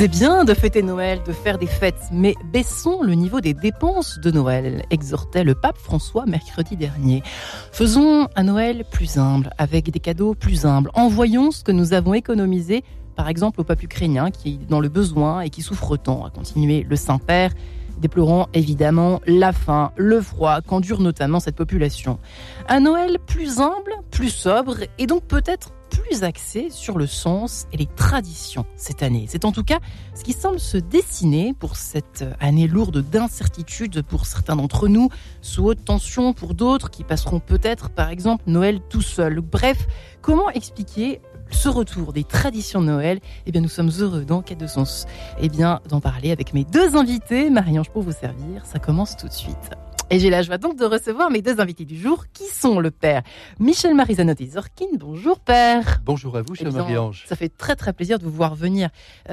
C'est bien de fêter Noël, de faire des fêtes, mais baissons le niveau des dépenses de Noël, exhortait le pape François mercredi dernier. Faisons un Noël plus humble, avec des cadeaux plus humbles. Envoyons ce que nous avons économisé, par exemple au peuple ukrainien qui est dans le besoin et qui souffre tant, a continué le Saint-Père, déplorant évidemment la faim, le froid qu'endure notamment cette population. Un Noël plus humble, plus sobre et donc peut-être plus axé sur le sens et les traditions cette année. C'est en tout cas ce qui semble se dessiner pour cette année lourde d'incertitudes pour certains d'entre nous, sous haute tension pour d'autres qui passeront peut-être par exemple Noël tout seul. Bref, comment expliquer ce retour des traditions de Noël? Eh bien, nous sommes heureux dans Quête de Sens d'en parler avec mes deux invités. Marie-Ange pour vous servir, ça commence tout de suite. Et j'ai la joie donc de recevoir mes deux invités du jour, qui sont le père Michel-Marie Zanotti-Zorkin. Bonjour père. Bonjour à vous, chère Marie-Ange. Ça fait très très plaisir de vous voir venir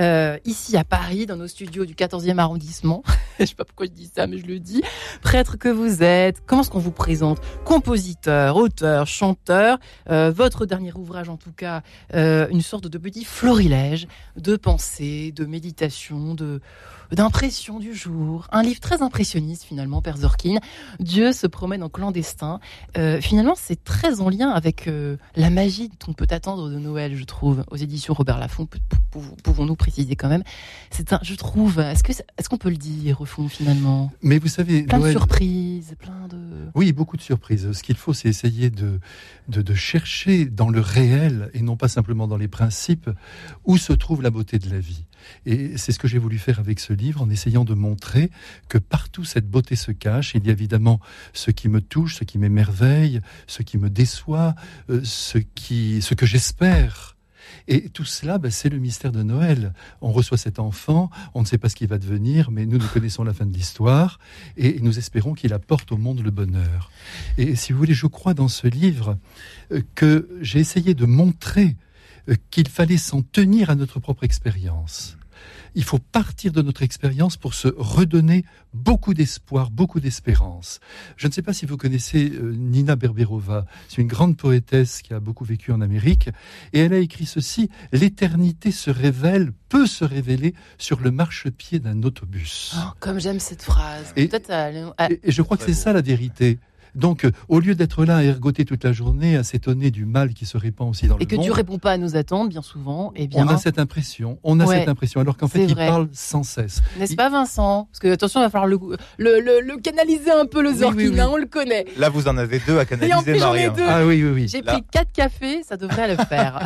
ici à Paris, dans nos studios du 14e arrondissement. Je sais pas pourquoi je dis ça, mais je le dis. Prêtre que vous êtes, comment est-ce qu'on vous présente? Compositeur, auteur, chanteur. Votre dernier ouvrage en tout cas, une sorte de petit florilège de pensée, de méditation, d'impression du jour. Un livre très impressionniste finalement, père Zorkin. Dieu se promène en clandestin. Finalement, c'est très en lien avec la magie qu'on peut attendre de Noël, je trouve, aux éditions Robert Laffont. Pouvons-nous préciser quand même? Je trouve, est-ce qu'on peut le dire au fond finalement? Mais vous savez, plein Noël, de surprises, Oui, beaucoup de surprises. Ce qu'il faut, c'est essayer de chercher dans le réel et non pas simplement dans les principes où se trouve la beauté de la vie. Et c'est ce que j'ai voulu faire avec ce livre, en essayant de montrer que partout cette beauté se cache. Il y a évidemment ce qui me touche, ce qui m'émerveille, ce qui me déçoit, ce que j'espère. Et tout cela, c'est le mystère de Noël. On reçoit cet enfant, on ne sait pas ce qu'il va devenir, mais nous connaissons la fin de l'histoire et nous espérons qu'il apporte au monde le bonheur. Et si vous voulez, je crois dans ce livre que j'ai essayé de montrer qu'il fallait s'en tenir à notre propre expérience. Il faut partir de notre expérience pour se redonner beaucoup d'espoir, beaucoup d'espérance. Je ne sais pas si vous connaissez Nina Berberova. C'est une grande poétesse qui a beaucoup vécu en Amérique. Et elle a écrit ceci: « L'éternité peut se révéler sur le marchepied d'un autobus. » Oh, comme j'aime cette phrase. Et je crois que c'est ça la vérité. Donc, au lieu d'être là à ergoter toute la journée, à s'étonner du mal qui se répand aussi dans le monde... Et que Dieu répond pas à nos attentes, bien souvent. On a cette impression, alors qu'en fait, il parle sans cesse. N'est-ce pas, Vincent? Parce que, attention, il va falloir le canaliser un peu, le Zorkin, oui. On le connaît. Là, vous en avez deux à canaliser, Marie. Ah oui. J'ai pris 4 cafés, ça devrait le faire.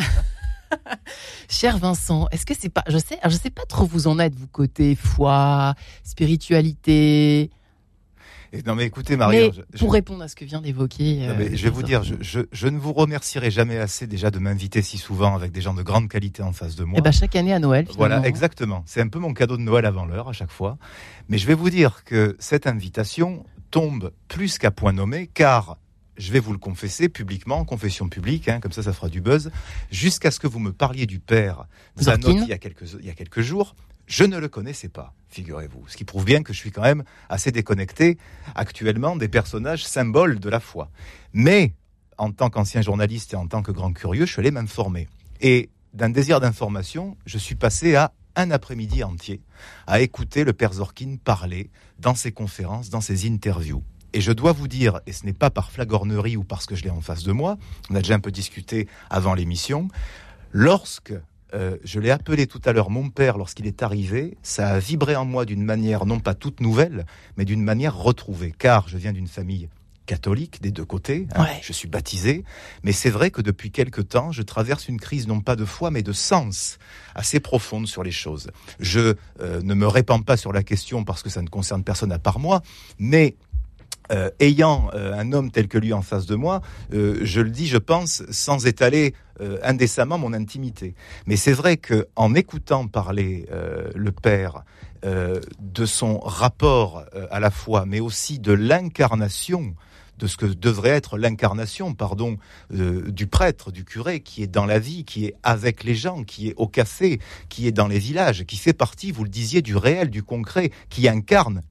Cher Vincent, est-ce que c'est pas... Je sais pas trop où vous en êtes, vous, côté foi, spiritualité... Non mais écoutez Marie, pour répondre à ce que vient d'évoquer... je vais vous dire, je ne vous remercierai jamais assez déjà de m'inviter si souvent avec des gens de grande qualité en face de moi. Chaque année à Noël, finalement. Voilà, exactement. C'est un peu mon cadeau de Noël avant l'heure à chaque fois. Mais je vais vous dire que cette invitation tombe plus qu'à point nommé, car... Je vais vous le confesser publiquement, confession publique, comme ça fera du buzz, jusqu'à ce que vous me parliez du père Zanotti il y a quelques jours, je ne le connaissais pas, figurez-vous. Ce qui prouve bien que je suis quand même assez déconnecté actuellement des personnages symboles de la foi. Mais, en tant qu'ancien journaliste et en tant que grand curieux, je suis allé m'informer. Et d'un désir d'information, je suis passé à un après-midi entier à écouter le père Zorkin parler dans ses conférences, dans ses interviews. Et je dois vous dire, et ce n'est pas par flagornerie ou parce que je l'ai en face de moi, on a déjà un peu discuté avant l'émission, lorsque je l'ai appelé tout à l'heure mon père, lorsqu'il est arrivé, ça a vibré en moi d'une manière non pas toute nouvelle, mais d'une manière retrouvée. Car je viens d'une famille catholique des deux côtés, je suis baptisé, mais c'est vrai que depuis quelque temps, je traverse une crise non pas de foi, mais de sens assez profonde sur les choses. Je ne me répands pas sur la question parce que ça ne concerne personne à part moi, mais... ayant un homme tel que lui en face de moi, je le dis, je pense, sans étaler indécemment mon intimité. Mais c'est vrai qu'en écoutant parler le père de son rapport à la foi, mais aussi de l'incarnation, de ce que devrait être l'incarnation, du prêtre, du curé, qui est dans la vie, qui est avec les gens, qui est au café, qui est dans les villages, qui fait partie, vous le disiez, du réel, du concret, qui incarne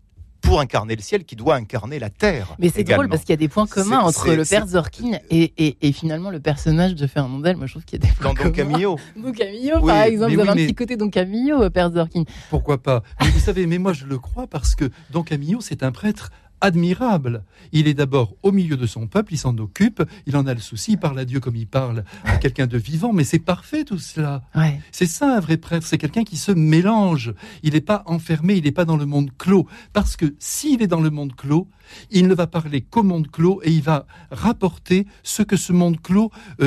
pour incarner le ciel, qui doit incarner la terre. Mais c'est également. drôle parce qu'il y a des points communs entre le père Zorkin et finalement le personnage de Fernandel. Moi, je trouve qu'il y a des points communs. Don Camillo. Don Camillo, par exemple, vous avez un petit côté Don Camillo, père Zorkin. Pourquoi pas? Mais vous savez, mais moi je le crois parce que Don Camillo, c'est un prêtre admirable. Il est d'abord au milieu de son peuple, il s'en occupe, il en a le souci, il parle à Dieu comme il parle à quelqu'un de vivant, mais c'est parfait tout cela. Ouais. C'est ça un vrai prêtre, c'est quelqu'un qui se mélange. Il n'est pas enfermé, il n'est pas dans le monde clos. Parce que s'il est dans le monde clos, il ne va parler qu'au monde clos et il va rapporter ce que ce monde clos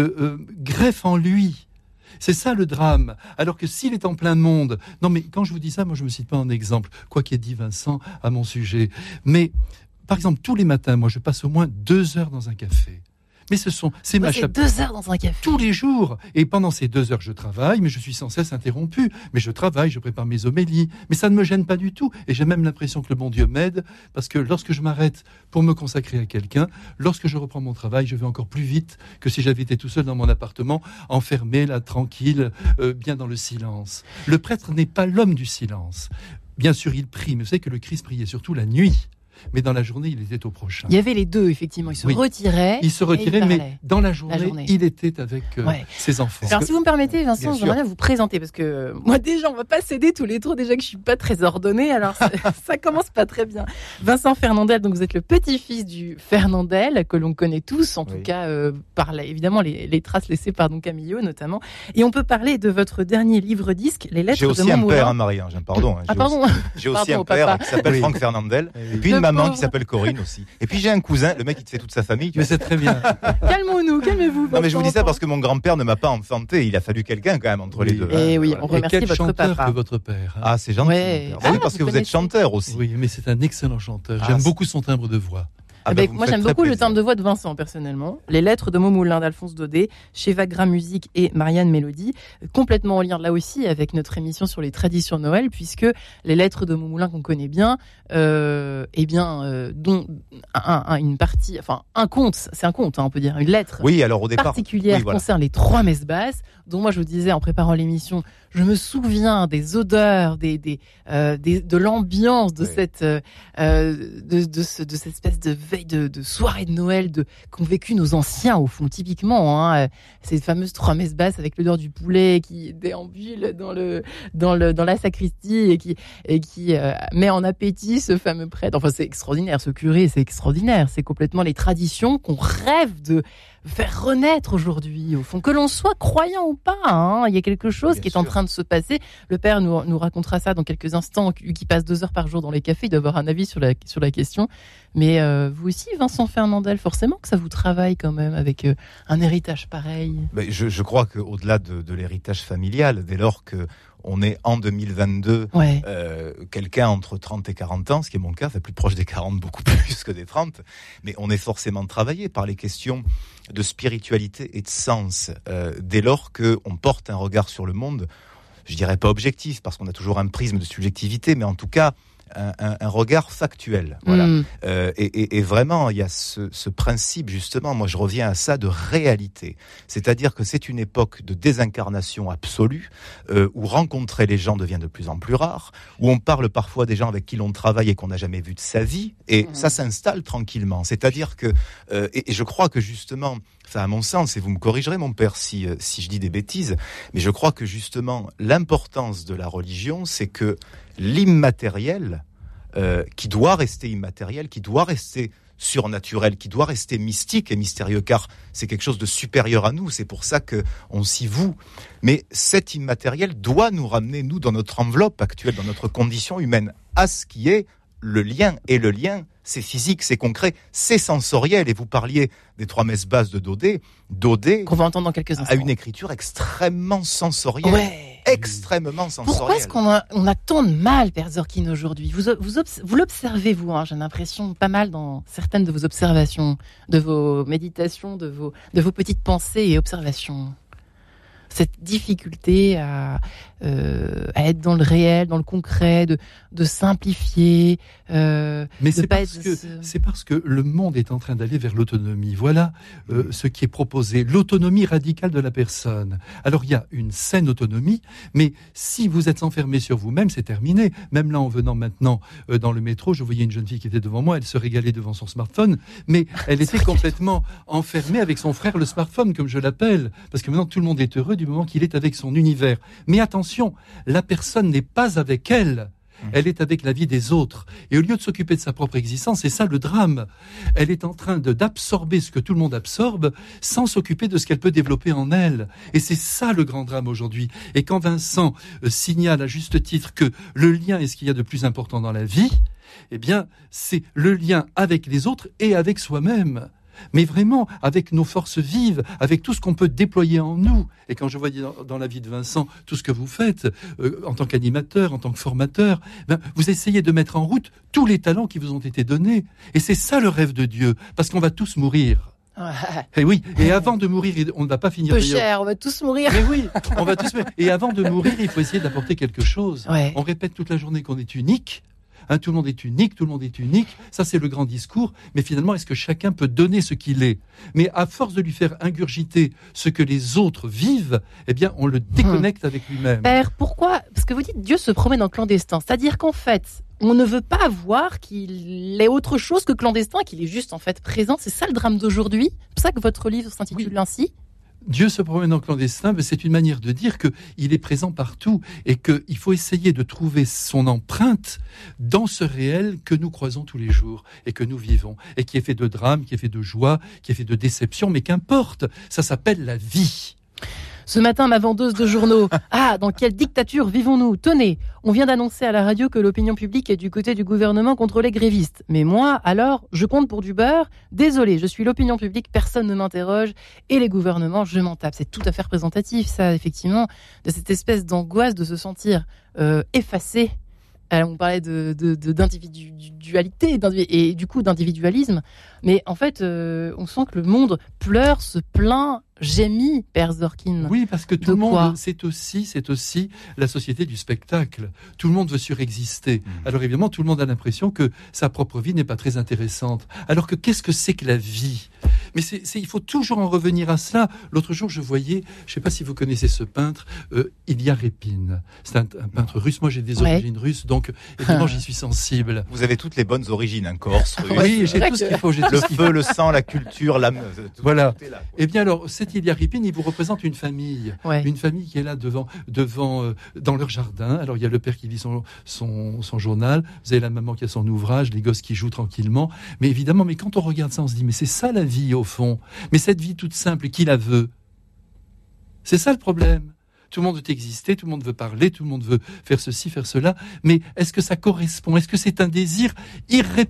greffe en lui. C'est ça le drame. Alors que s'il est en plein monde... Non mais quand je vous dis ça, moi je me cite pas en exemple, quoi qu'ait dit Vincent à mon sujet. Mais par exemple, tous les matins, moi je passe au moins 2 heures dans un café. Mais c'est ma chape. 2 heures dans un café. Tous les jours. Et pendant ces 2 heures, je travaille, mais je suis sans cesse interrompu. Mais je travaille, je prépare mes homélies. Mais ça ne me gêne pas du tout. Et j'ai même l'impression que le bon Dieu m'aide, parce que lorsque je m'arrête pour me consacrer à quelqu'un, lorsque je reprends mon travail, je vais encore plus vite que si j'avais été tout seul dans mon appartement, enfermé, là, tranquille, bien dans le silence. Le prêtre n'est pas l'homme du silence. Bien sûr, il prie, mais vous savez que le Christ priait surtout la nuit. Mais dans la journée, il était au prochain. Il y avait les deux, effectivement. Il se retirait. Il se retirait, mais dans la journée, il était avec ses enfants. Alors, si vous me permettez, Vincent, j'aimerais bien vous présenter, parce que moi, déjà, on va pas céder tous les tours, déjà que je suis pas très ordonnée, alors ça commence pas très bien. Vincent Fernandel, donc vous êtes le petit-fils du Fernandel, que l'on connaît tous, en tout cas, par évidemment les traces laissées par Don Camillo, notamment. Et on peut parler de votre dernier livre-disque, Les Lettres de Montmoulin. J'ai aussi un père, Marie-Ange, pardon. J'ai aussi un père qui s'appelle Franck Fernandel, et puis une maman qui s'appelle Corinne aussi. Et puis j'ai un cousin, le mec il te fait toute sa famille. Mais c'est très bien. Calmez-vous. Non mais je vous dis ça parce que mon grand-père ne m'a pas enfanté. Il a fallu quelqu'un quand même entre les deux. Et oui, on remercie votre papa. Quel chanteur que votre père. Ah c'est gentil. Oui, parce que vous êtes chanteur aussi. Oui, mais c'est un excellent chanteur. J'aime beaucoup son timbre de voix. Moi j'aime beaucoup le timbre de voix de Vincent personnellement. Les Lettres de Montmoulin d'Alphonse Daudet chez Vagra Musique et Marianne Mélodie, complètement en lien là aussi avec notre émission sur les traditions de Noël, puisque les Lettres de Montmoulin qu'on connaît bien, dont une partie, enfin un conte, c'est un conte, on peut dire, une lettre au départ, particulière concerne les 3 messes basses, dont moi je vous disais en préparant l'émission, je me souviens des odeurs, de l'ambiance de cette espèce de veille de soirée de Noël qu'ont vécu nos anciens au fond typiquement, ces fameuses 3 messes basses avec l'odeur du poulet qui déambule dans la sacristie et qui met en appétit ce fameux prêtre. Enfin c'est extraordinaire, ce curé, c'est extraordinaire, c'est complètement les traditions qu'on rêve de faire renaître aujourd'hui, au fond, que l'on soit croyant ou pas, il y a quelque chose qui est en train de se passer. Le père nous racontera ça dans quelques instants, qui passe 2 heures par jour dans les cafés, il doit avoir un avis sur la question. Mais vous aussi, Vincent Fernandel, forcément que ça vous travaille quand même avec un héritage pareil. Mais je crois qu'au-delà de l'héritage familial, dès lors que on est en 2022, quelqu'un entre 30 et 40 ans, ce qui est mon cas, plus proche des 40, beaucoup plus que des 30, mais on est forcément travaillé par les questions de spiritualité et de sens, dès lors qu'on porte un regard sur le monde, je dirais pas objectif, parce qu'on a toujours un prisme de subjectivité, mais en tout cas, un regard factuel. Voilà. Et vraiment, il y a ce principe, justement, moi je reviens à ça, de réalité. C'est-à-dire que c'est une époque de désincarnation absolue, où rencontrer les gens devient de plus en plus rare, où on parle parfois des gens avec qui l'on travaille et qu'on n'a jamais vu de sa vie, et ça s'installe tranquillement. C'est-à-dire que, et je crois que justement, enfin à mon sens, et vous me corrigerez mon père si je dis des bêtises, mais je crois que justement l'importance de la religion, c'est que l'immatériel, qui doit rester immatériel, qui doit rester surnaturel, qui doit rester mystique et mystérieux, car c'est quelque chose de supérieur à nous, c'est pour ça qu'on s'y voue. Mais cet immatériel doit nous ramener, nous, dans notre enveloppe actuelle, dans notre condition humaine, à ce qui est le lien. Et le lien, c'est physique, c'est concret, c'est sensoriel. Et vous parliez des 3 messes basses de Daudet. Daudet, qu'on va entendre dans quelques instants, a une écriture extrêmement sensorielle. Extrêmement sensorielle. Pourquoi est-ce qu'on a tant de mal, Père Zorkin, aujourd'hui? Vous l'observez, vous, j'ai l'impression, pas mal dans certaines de vos observations, de vos méditations, de vos petites pensées et observations. cette difficulté à être dans le réel, dans le concret, de simplifier. Mais c'est parce que le monde est en train d'aller vers l'autonomie. Voilà ce qui est proposé, l'autonomie radicale de la personne. Alors il y a une saine autonomie, mais si vous êtes enfermé sur vous-même, c'est terminé. Même là, en venant maintenant dans le métro, je voyais une jeune fille qui était devant moi, elle se régalait devant son smartphone, mais elle était complètement enfermée avec son frère, le smartphone, comme je l'appelle, parce que maintenant tout le monde est heureux du moment qu'il est avec son univers. Mais attention, la personne n'est pas avec elle. Elle est avec la vie des autres. Et au lieu de s'occuper de sa propre existence, c'est ça le drame. Elle est en train d'absorber ce que tout le monde absorbe sans s'occuper de ce qu'elle peut développer en elle. Et c'est ça le grand drame aujourd'hui. Et quand Vincent signale à juste titre que le lien est ce qu'il y a de plus important dans la vie, eh bien, c'est le lien avec les autres et avec soi-même. Mais vraiment, avec nos forces vives, avec tout ce qu'on peut déployer en nous. Et quand je vois dans la vie de Vincent tout ce que vous faites, en tant qu'animateur, en tant que formateur, vous essayez de mettre en route tous les talents qui vous ont été donnés. Et c'est ça le rêve de Dieu, parce qu'on va tous mourir. Ouais. Et oui, et avant de mourir, on ne va pas finir. Peu cher, on va tous mourir. Mais oui, on va tous mourir. Et avant de mourir, il faut essayer d'apporter quelque chose. Ouais. On répète toute la journée qu'on est unique. Tout le monde est unique, tout le monde est unique. Ça, c'est le grand discours. Mais finalement, est-ce que chacun peut donner ce qu'il est ? Mais à force de lui faire ingurgiter ce que les autres vivent, eh bien, on le déconnecte avec lui-même. Père, pourquoi ? Parce que vous dites Dieu se promène en clandestin. C'est-à-dire qu'en fait, on ne veut pas voir qu'il est autre chose que clandestin, qu'il est juste en fait présent. C'est ça le drame d'aujourd'hui. C'est pour ça que votre livre s'intitule ainsi. Dieu se promène en clandestin, mais c'est une manière de dire qu'il est présent partout et qu'il faut essayer de trouver son empreinte dans ce réel que nous croisons tous les jours et que nous vivons et qui est fait de drame, qui est fait de joie, qui est fait de déception, mais qu'importe, ça s'appelle la vie. Ce matin, ma vendeuse de journaux. Ah, dans quelle dictature vivons-nous ? Tenez, on vient d'annoncer à la radio que l'opinion publique est du côté du gouvernement contre les grévistes. Mais moi, alors, je compte pour du beurre ? Désolé, je suis l'opinion publique, personne ne m'interroge. Et les gouvernements, je m'en tape. C'est tout à fait représentatif, ça, effectivement, de cette espèce d'angoisse de se sentir effacé. Alors, on parlait d'individualité et du coup d'individualisme. Mais en fait, on sent que le monde pleure, se plaint, gémit, Père Zorkin. Oui, parce que tout le monde, c'est aussi la société du spectacle. Tout le monde veut surexister. Alors évidemment, tout le monde a l'impression que sa propre vie n'est pas très intéressante. Alors que qu'est-ce que c'est que la vie ? Mais il faut toujours en revenir à cela. L'autre jour, je voyais, je ne sais pas si vous connaissez ce peintre, Ilya Repin. C'est un peintre russe. Moi, j'ai des origines russes, donc évidemment, j'y suis sensible. Vous avez toutes les bonnes origines, un Corse, russe. Oui, j'ai tout ce qu'il faut. Le feu, le sang, la culture, l'âme. Voilà. Tout est là, Eh bien alors, cet Ilya Repin, il vous représente une famille. Ouais. Une famille qui est là devant dans leur jardin. Alors, il y a le père qui lit son journal. Vous avez la maman qui a son ouvrage, les gosses qui jouent tranquillement. Mais évidemment, quand on regarde ça, on se dit, mais c'est ça la vie, au fond. Mais cette vie toute simple, qui la veut ? C'est ça le problème. Tout le monde veut exister, tout le monde veut parler, tout le monde veut faire ceci, faire cela. Mais est-ce que ça correspond ? Est-ce que c'est un désir irrépressible ?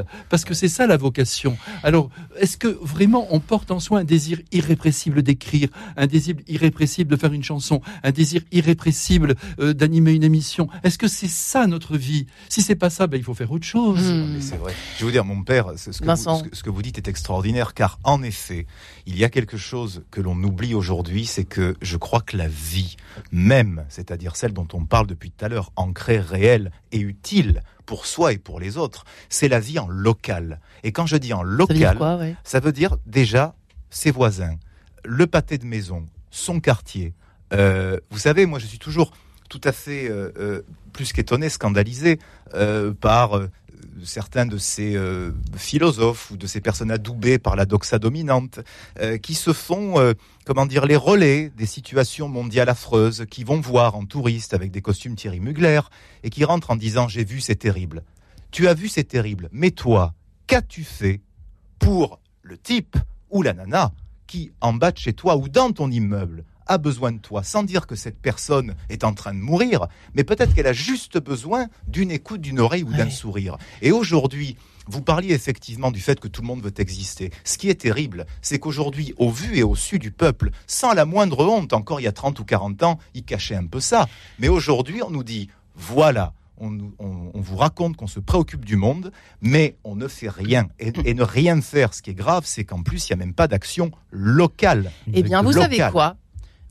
Parce que c'est ça la vocation. Alors, est-ce que vraiment on porte en soi un désir irrépressible d'écrire, un désir irrépressible de faire une chanson, un désir irrépressible d'animer une émission ? Est-ce que c'est ça notre vie ? Si c'est pas ça, il faut faire autre chose. Mais c'est vrai. Je vais vous dire, mon père, ce que vous dites est extraordinaire, car en effet, il y a quelque chose que l'on oublie aujourd'hui, c'est que je crois que la vie même, c'est-à-dire celle dont on parle depuis tout à l'heure, ancrée, réelle et utile pour soi et pour les autres, c'est la vie en local. Et quand je dis en local, ça veut dire déjà ses voisins, le pâté de maison, son quartier. Vous savez, moi je suis toujours tout à fait plus qu'étonné, scandalisé par certains de ces philosophes ou de ces personnes adoubées par la doxa dominante qui se font, les relais des situations mondiales affreuses, qui vont voir en touriste avec des costumes Thierry Mugler et qui rentrent en disant « j'ai vu, c'est terrible ». Tu as vu, c'est terrible, mais toi, qu'as-tu fait pour le type ou la nana qui, en bas de chez toi ou dans ton immeuble, a besoin de toi, sans dire que cette personne est en train de mourir, mais peut-être qu'elle a juste besoin d'une écoute, d'une oreille ou d'un sourire. Et aujourd'hui, vous parliez effectivement du fait que tout le monde veut exister. Ce qui est terrible, c'est qu'aujourd'hui, au vu et au su du peuple, sans la moindre honte, encore il y a 30 ou 40 ans, ils cachaient un peu ça. Mais aujourd'hui, on nous dit, voilà, on vous raconte qu'on se préoccupe du monde, mais on ne fait rien. Et ne rien faire, ce qui est grave, c'est qu'en plus, il n'y a même pas d'action locale. Eh bien, vous savez quoi ?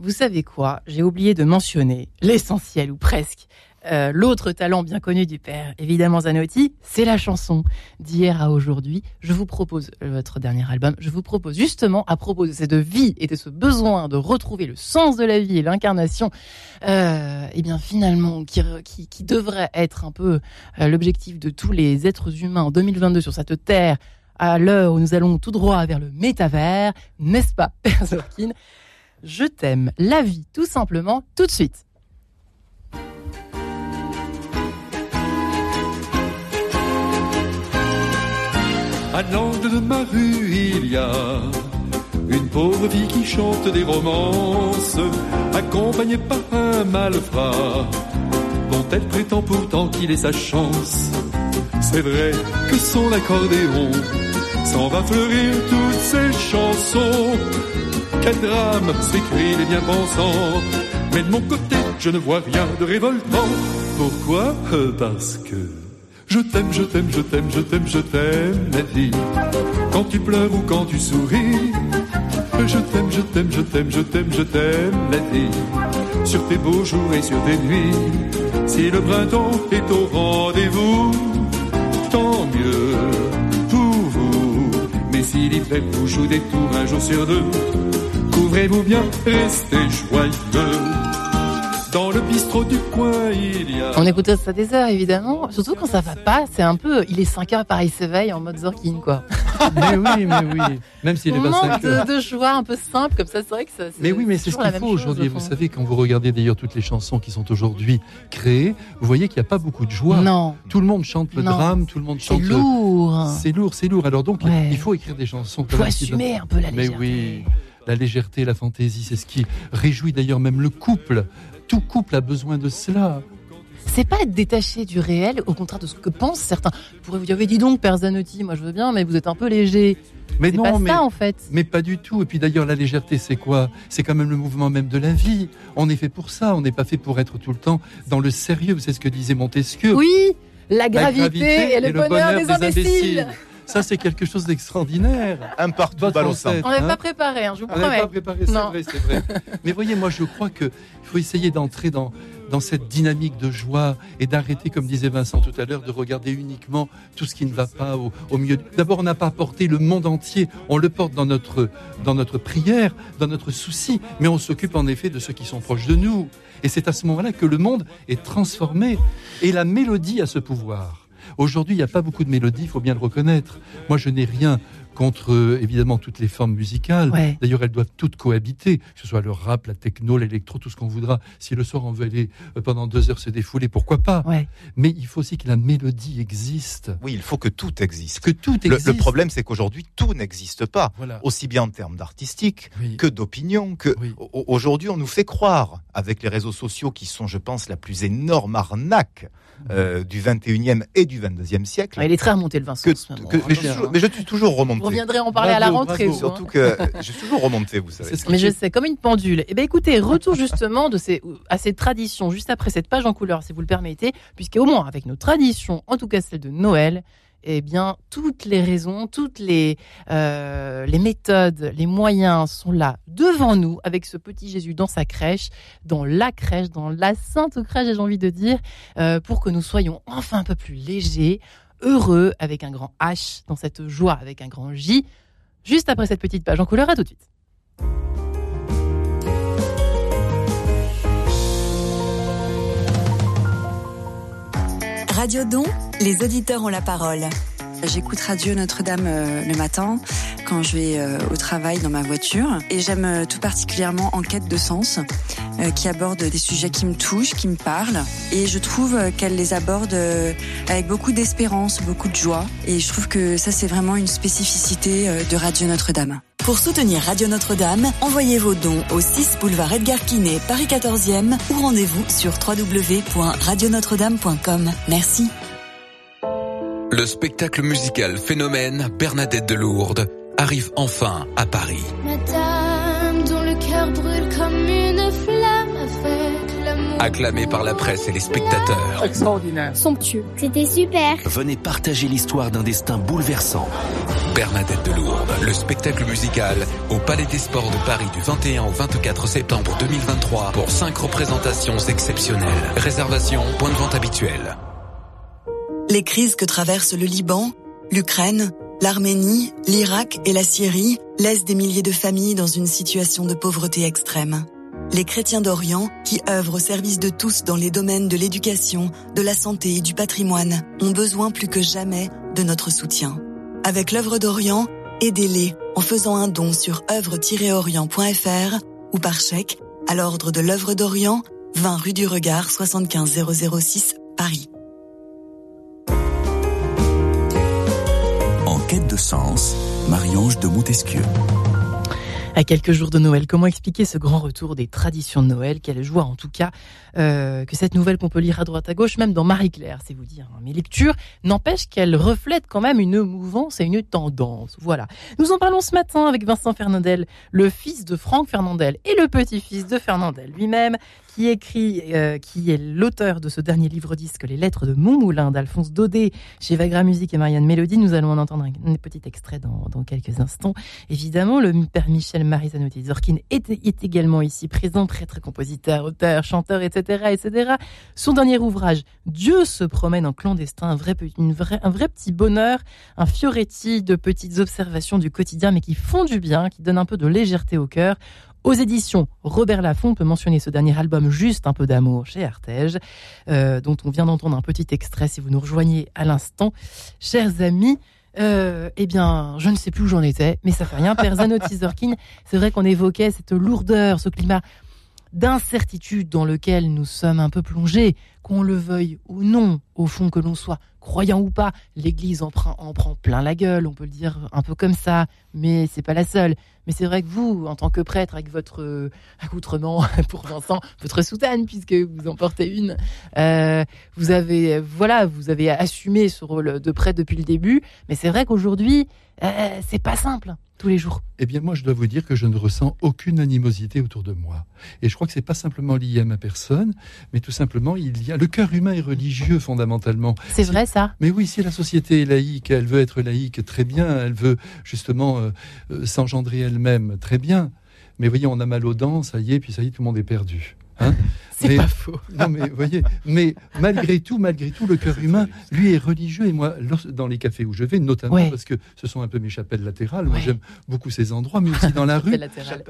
vous savez quoi ? J'ai oublié de mentionner l'essentiel, ou presque. L'autre talent bien connu du père, évidemment Zanotti, c'est la chanson. D'hier à aujourd'hui, je vous propose votre dernier album. Je vous propose justement, à propos de cette vie et de ce besoin de retrouver le sens de la vie et l'incarnation, et bien finalement, qui devrait être un peu l'objectif de tous les êtres humains en 2022 sur cette terre, à l'heure où nous allons tout droit vers le métavers, n'est-ce pas, Père Zorkin ? Je t'aime, la vie, tout simplement, tout de suite. À l'angle de ma rue, il y a une pauvre fille qui chante des romances, accompagnée par un malfrat, dont elle prétend pourtant qu'il est sa chance. C'est vrai que son accordéon s'en va fleurir toutes ses chansons. Quel drame, s'écrient les bien-pensants. Mais de mon côté, je ne vois rien de révoltant. Pourquoi ? Parce que je t'aime, je t'aime, je t'aime, je t'aime, je t'aime, la vie. Quand tu pleures ou quand tu souris, je t'aime, je t'aime, je t'aime, je t'aime, je t'aime, la vie. Sur tes beaux jours et sur tes nuits, si le printemps est au rendez-vous, tant mieux pour vous. Mais si l'hiver vous joue des tours un jour sur deux, couvrez-vous bien, restez joyeux. Dans le bistrot du coin, il y a... On écoute ça des heures, évidemment. Surtout quand ça va pas, c'est un peu... Il est 5h, pareil, s'éveille en mode Zorkin, quoi. Mais oui. Même s'il est pas 5 heures. De choix un peu simple, comme ça, c'est vrai que ça... Mais oui, mais c'est ce qu'il faut aujourd'hui. Vous savez, quand vous regardez d'ailleurs toutes les chansons qui sont aujourd'hui créées, vous voyez qu'il n'y a pas beaucoup de joie. Non. Tout le monde chante le drame, tout le monde chante... C'est lourd. C'est lourd. Alors donc, il faut écrire des chansons... Il faut assumer un peu la légèreté. Mais oui, la légèreté, la fantaisie, c'est ce qui réjouit d'ailleurs même le couple. Tout couple a besoin de cela. C'est pas être détaché du réel, au contraire de ce que pensent certains. Vous pourrez vous dire, dis donc, Père Zanotti, moi je veux bien, mais vous êtes un peu léger. Mais c'est non, pas ça en fait. Mais pas du tout. Et puis d'ailleurs, la légèreté, c'est quoi ? C'est quand même le mouvement même de la vie. On est fait pour ça. On n'est pas fait pour être tout le temps dans le sérieux. C'est ce que disait Montesquieu. Oui, la gravité et le bonheur des imbéciles. Ça, c'est quelque chose d'extraordinaire. Un partout balle au centre. On n'avait pas préparé, je vous promets. On n'avait pas préparé, c'est vrai. Mais voyez, moi, je crois qu'il faut essayer d'entrer dans cette dynamique de joie et d'arrêter, comme disait Vincent tout à l'heure, de regarder uniquement tout ce qui ne va pas au milieu. D'abord, on n'a pas porté le monde entier. On le porte dans notre prière, dans notre souci. Mais on s'occupe en effet de ceux qui sont proches de nous. Et c'est à ce moment-là que le monde est transformé. Et la mélodie a ce pouvoir. Aujourd'hui, il n'y a pas beaucoup de mélodies, il faut bien le reconnaître. Moi, je n'ai rien contre, évidemment, toutes les formes musicales. Ouais. D'ailleurs, elles doivent toutes cohabiter, que ce soit le rap, la techno, l'électro, tout ce qu'on voudra. Si le soir, on veut aller pendant 2 heures se défouler, pourquoi pas ? Ouais. Mais il faut aussi que la mélodie existe. Oui, il faut que tout existe. Que tout existe. Le problème, c'est qu'aujourd'hui, tout n'existe pas. Voilà. Aussi bien en termes d'artistique que d'opinion. Aujourd'hui, on nous fait croire, avec les réseaux sociaux qui sont, je pense, la plus énorme arnaque du 21e et du 22e siècle. Il est très remonté le Vincent. Mais je suis toujours remonté. Vous reviendrez en parler à la rentrée. Surtout que je suis toujours remonté, vous savez. Mais je sais, comme une pendule. Eh bien, écoutez, retour justement à ces traditions, juste après cette page en couleur, si vous le permettez, puisqu'au moins, avec nos traditions, en tout cas celle de Noël, eh bien, toutes les raisons, toutes les méthodes, les moyens sont là devant nous, avec ce petit Jésus dans sa crèche, dans la sainte crèche, j'ai envie de dire, pour que nous soyons enfin un peu plus légers, heureux, avec un grand H, dans cette joie avec un grand J. Juste après cette petite page en couleur, à tout de suite. Radio Don, les auditeurs ont la parole. J'écoute Radio Notre-Dame le matin quand je vais au travail dans ma voiture et j'aime tout particulièrement Enquête de sens qui aborde des sujets qui me touchent, qui me parlent et je trouve qu'elle les aborde avec beaucoup d'espérance, beaucoup de joie et je trouve que ça c'est vraiment une spécificité de Radio Notre-Dame. Pour soutenir Radio Notre-Dame, envoyez vos dons au 6 boulevard Edgar Quinet, Paris 14e ou rendez-vous sur www.radionotre-dame.com. Merci. Le spectacle musical Phénomène Bernadette de Lourdes arrive enfin à Paris. Madame dont le cœur brûle comme une flamme avec l'amour acclamé par la presse et les spectateurs. Extraordinaire. Somptueux. C'était super. Venez partager l'histoire d'un destin bouleversant. Bernadette de Lourdes, le spectacle musical au Palais des Sports de Paris du 21 au 24 septembre 2023 pour 5 représentations exceptionnelles. Réservation, point de vente habituel. Les crises que traversent le Liban, l'Ukraine, l'Arménie, l'Irak et la Syrie laissent des milliers de familles dans une situation de pauvreté extrême. Les chrétiens d'Orient, qui œuvrent au service de tous dans les domaines de l'éducation, de la santé et du patrimoine, ont besoin plus que jamais de notre soutien. Avec l'œuvre d'Orient, aidez-les en faisant un don sur œuvre-orient.fr ou par chèque à l'ordre de l'œuvre d'Orient, 20 rue du Regard, 75 006, Paris. En quête de sens, Marie-Ange de Montesquieu. À quelques jours de Noël, comment expliquer ce grand retour des traditions de Noël? Quelle joie en tout cas que cette nouvelle qu'on peut lire à droite à gauche, même dans Marie-Claire, c'est vous dire. Mes lectures n'empêchent qu'elles reflètent quand même une mouvance et une tendance. Voilà. Nous en parlons ce matin avec Vincent Fernandel, le fils de Franck Fernandel et le petit-fils de Fernandel lui-même, qui est l'auteur de ce dernier livre-disque, Les Lettres de Montmoulin d'Alphonse Daudet, chez Vagra Musique et Marianne Mélodie. Nous allons en entendre un petit extrait dans quelques instants. Évidemment, le père Michel Marizanotti-Zorkin est également ici présent, prêtre, compositeur, auteur, chanteur, etc., etc. Son dernier ouvrage, Dieu se promène en clandestin, un vrai petit bonheur, un fioretti de petites observations du quotidien, mais qui font du bien, qui donnent un peu de légèreté au cœur. Aux éditions Robert Laffont, on peut mentionner ce dernier album Juste un peu d'amour chez Artege, dont on vient d'entendre un petit extrait si vous nous rejoignez à l'instant. Chers amis, eh bien, je ne sais plus où j'en étais, mais ça fait rien. Père Zanotti-Zorkin, c'est vrai qu'on évoquait cette lourdeur, ce climat d'incertitude dans lequel nous sommes un peu plongés, qu'on le veuille ou non, au fond que l'on soit croyant ou pas, l'Église en prend plein la gueule, on peut le dire un peu comme ça, mais c'est pas la seule. Mais c'est vrai que vous, en tant que prêtre, avec votre accoutrement pour Vincent, votre soutane, puisque vous en portez une, vous avez assumé ce rôle de prêtre depuis le début, mais c'est vrai qu'aujourd'hui, c'est pas simple tous les jours. Eh bien, moi, je dois vous dire que je ne ressens aucune animosité autour de moi. Et je crois que c'est pas simplement lié à ma personne, mais tout simplement, le cœur humain est religieux, fondamentalement. C'est vrai, ça? Mais oui, si la société est laïque, elle veut être laïque, très bien. Elle veut, justement, s'engendrer elle-même, très bien. Mais voyez, on a mal aux dents, ça y est, puis ça y est, tout le monde est perdu. Hein? C'est pas faux. Non, mais voyez, mais malgré tout, le cœur humain, lui, est religieux. Et moi, dans les cafés où je vais, notamment parce que ce sont un peu mes chapelles latérales, moi j'aime beaucoup ces endroits, mais aussi dans la rue,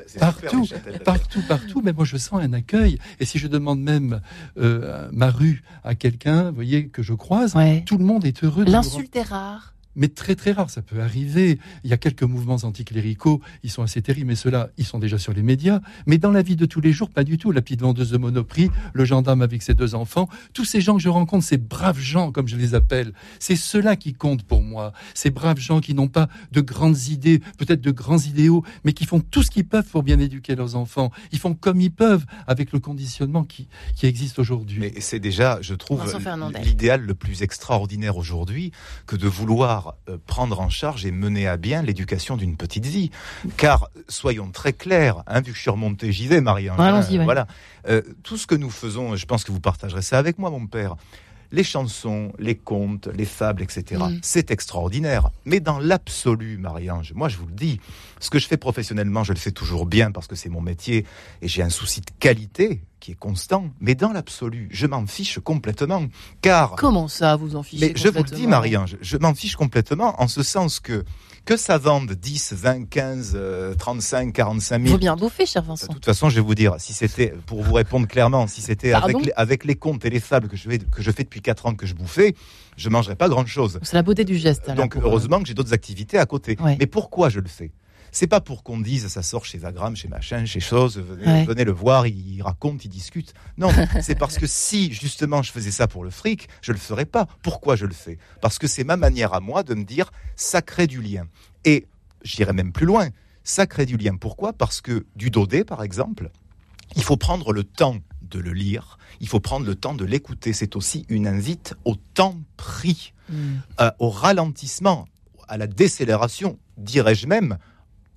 partout. Mais moi, je sens un accueil. Et si je demande même ma rue à quelqu'un, vous voyez, que je croise, tout le monde est heureux. L'insulte est rare. Mais très très rare, ça peut arriver. Il y a quelques mouvements anticléricaux, ils sont assez terribles, mais ceux-là, ils sont déjà sur les médias. Mais dans la vie de tous les jours, pas du tout. La petite vendeuse de Monoprix, le gendarme avec ses 2 enfants, tous ces gens que je rencontre, ces braves gens, comme je les appelle, c'est ceux-là qui comptent pour moi. Ces braves gens qui n'ont pas de grandes idées, peut-être de grands idéaux, mais qui font tout ce qu'ils peuvent pour bien éduquer leurs enfants. Ils font comme ils peuvent avec le conditionnement qui existe aujourd'hui. Mais c'est déjà, je trouve, l'idéal le plus extraordinaire aujourd'hui que de vouloir prendre en charge et mener à bien l'éducation d'une petite vie. Car, soyons très clairs, vu que je suis remonté, j'y vais, Marie-Ange. Voilà. Tout ce que nous faisons, je pense que vous partagerez ça avec moi, mon père, les chansons, les contes, les fables, etc. C'est extraordinaire. Mais dans l'absolu, Marie-Ange, moi je vous le dis, ce que je fais professionnellement, je le fais toujours bien parce que c'est mon métier et j'ai un souci de qualité qui est constant. Mais dans l'absolu, je m'en fiche complètement. Car... Comment ça, vous en fichez? Mais je vous le dis, Marie-Ange, je m'en fiche complètement en ce sens que ça vende 10, 20, 15, 35, 45 000... Faut bien bouffer, cher Vincent. De toute façon, je vais vous dire, si c'était, pour vous répondre clairement, si c'était avec les contes et les fables que je fais depuis 4 ans que je bouffais, je mangerais pas grand-chose. C'est la beauté du geste. Là, donc, heureusement que j'ai d'autres activités à côté. Ouais. Mais pourquoi je le fais? C'est pas pour qu'on dise ça sort chez Vagram, chez machin, chez chose, venez le voir, il raconte, il discute. Non, c'est parce que si justement je faisais ça pour le fric, je le ferais pas. Pourquoi je le fais? Parce que c'est ma manière à moi de me dire ça crée du lien. Et j'irais même plus loin, ça crée du lien. Pourquoi? Parce que du Daudet, par exemple, il faut prendre le temps de le lire, il faut prendre le temps de l'écouter. C'est aussi une invite au temps pris, au ralentissement, à la décélération, dirais-je même,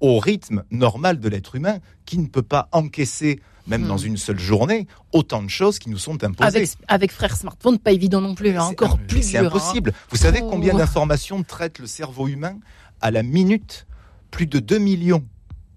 au rythme normal de l'être humain qui ne peut pas encaisser, même dans une seule journée, autant de choses qui nous sont imposées. Avec frère smartphone, pas évident non plus, encore plus dur. C'est impossible. Vous savez combien d'informations traite le cerveau humain à la minute? Plus de 2 millions.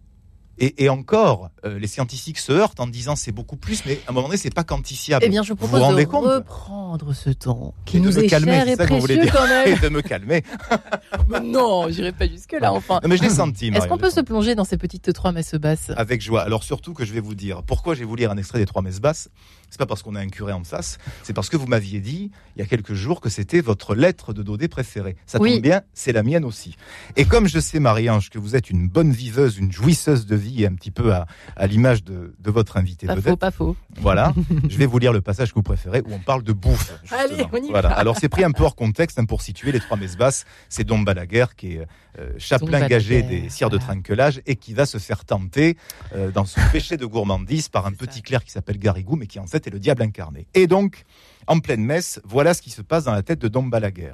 Et encore, les scientifiques se heurtent en disant c'est beaucoup plus, mais à un moment donné, c'est pas quantifiable. Eh bien, je propose de reprendre ce temps qui nous est cher et précieux quand même. Et de me calmer. Mais non, j'irai pas jusque-là, enfin. Non, mais je l'ai senti. Est-ce qu'on peut se plonger dans ces petites 3 messes basses? Avec joie. Alors surtout que je vais vous dire pourquoi je vais vous lire un extrait des 3 messes basses. C'est pas parce qu'on a un curé en face, c'est parce que vous m'aviez dit il y a quelques jours que c'était votre lettre de Daudet préférée. Ça tombe bien, c'est la mienne aussi. Et comme je sais, Marie-Ange, que vous êtes une bonne viveuse, une jouisseuse de vie, et un petit peu à l'image de votre invité vedette. Pas faux. Voilà, je vais vous lire le passage que vous préférez où on parle de bouffe. Justement. Allez, on y va. va. Alors c'est pris un peu hors contexte pour situer les 3 messes basses. C'est Dom Balaguer qui est chapelain gagé des sires de trinquelage et qui va se faire tenter dans son péché de gourmandise par un petit clerc qui s'appelle Garrigou, mais qui en fait est le diable incarné. Et donc, en pleine messe, voilà ce qui se passe dans la tête de Dom Balaguer.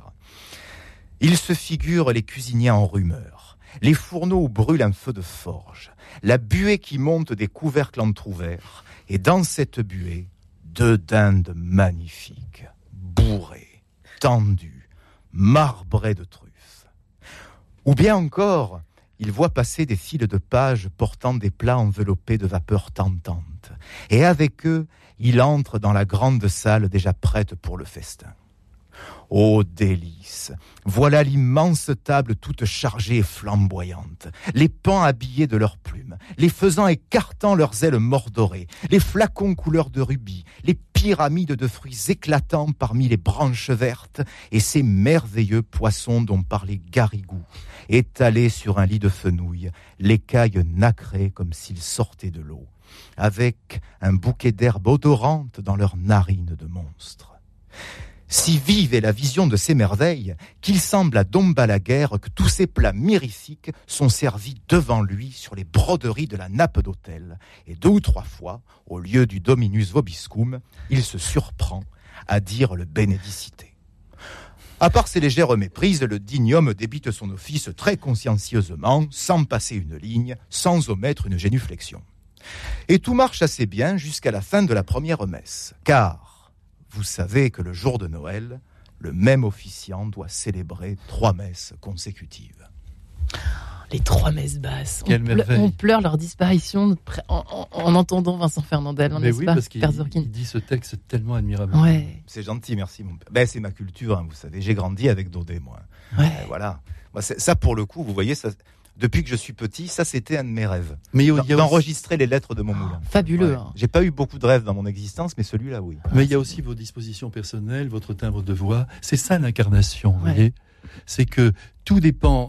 Il se figure les cuisiniers en rumeur, les fourneaux où brûle un feu de forge, la buée qui monte des couvercles entr'ouverts, et dans cette buée, 2 dindes magnifiques, bourrées, tendues, marbrées de truffes. Ou bien encore, il voit passer des files de pages portant des plats enveloppés de vapeur tentante, et avec eux, il entre dans la grande salle déjà prête pour le festin. Ô délice! Voilà l'immense table toute chargée et flamboyante, les paons habillés de leurs plumes, les faisans écartant leurs ailes mordorées, les flacons couleur de rubis, les pyramides de fruits éclatants parmi les branches vertes, et ces merveilleux poissons dont parlait Garrigou, étalés sur un lit de fenouil, l'écaille nacrée comme s'ils sortaient de l'eau, avec un bouquet d'herbes odorantes dans leurs narines de monstres. Si vive est la vision de ces merveilles qu'il semble à Dom Balaguer que tous ces plats mirifiques sont servis devant lui sur les broderies de la nappe d'autel. Et 2 ou 3 fois, au lieu du Dominus Vobiscum, il se surprend à dire le Benedicite. À part ces légères méprises, le digne homme débite son office très consciencieusement, sans passer une ligne, sans omettre une génuflexion. Et tout marche assez bien jusqu'à la fin de la première messe, car vous savez que le jour de Noël, le même officiant doit célébrer 3 messes consécutives. Les 3 messes basses. On pleure leur disparition en entendant Vincent Fernandel. Mais oui, parce qu'il dit ce texte tellement admirable. Ouais. C'est gentil, merci mon père. C'est ma culture, vous savez. J'ai grandi avec Daudet, moi. Ouais. Voilà. Moi, ça, pour le coup, vous voyez, ça, depuis que je suis petit, ça, c'était un de mes rêves. Mais d'enregistrer les lettres de mon moulin. Fabuleux. Ouais. J'ai pas eu beaucoup de rêves dans mon existence, mais celui-là, oui. Mais il y a aussi vos dispositions personnelles, votre timbre de voix. C'est ça l'incarnation, vous voyez. C'est que tout dépend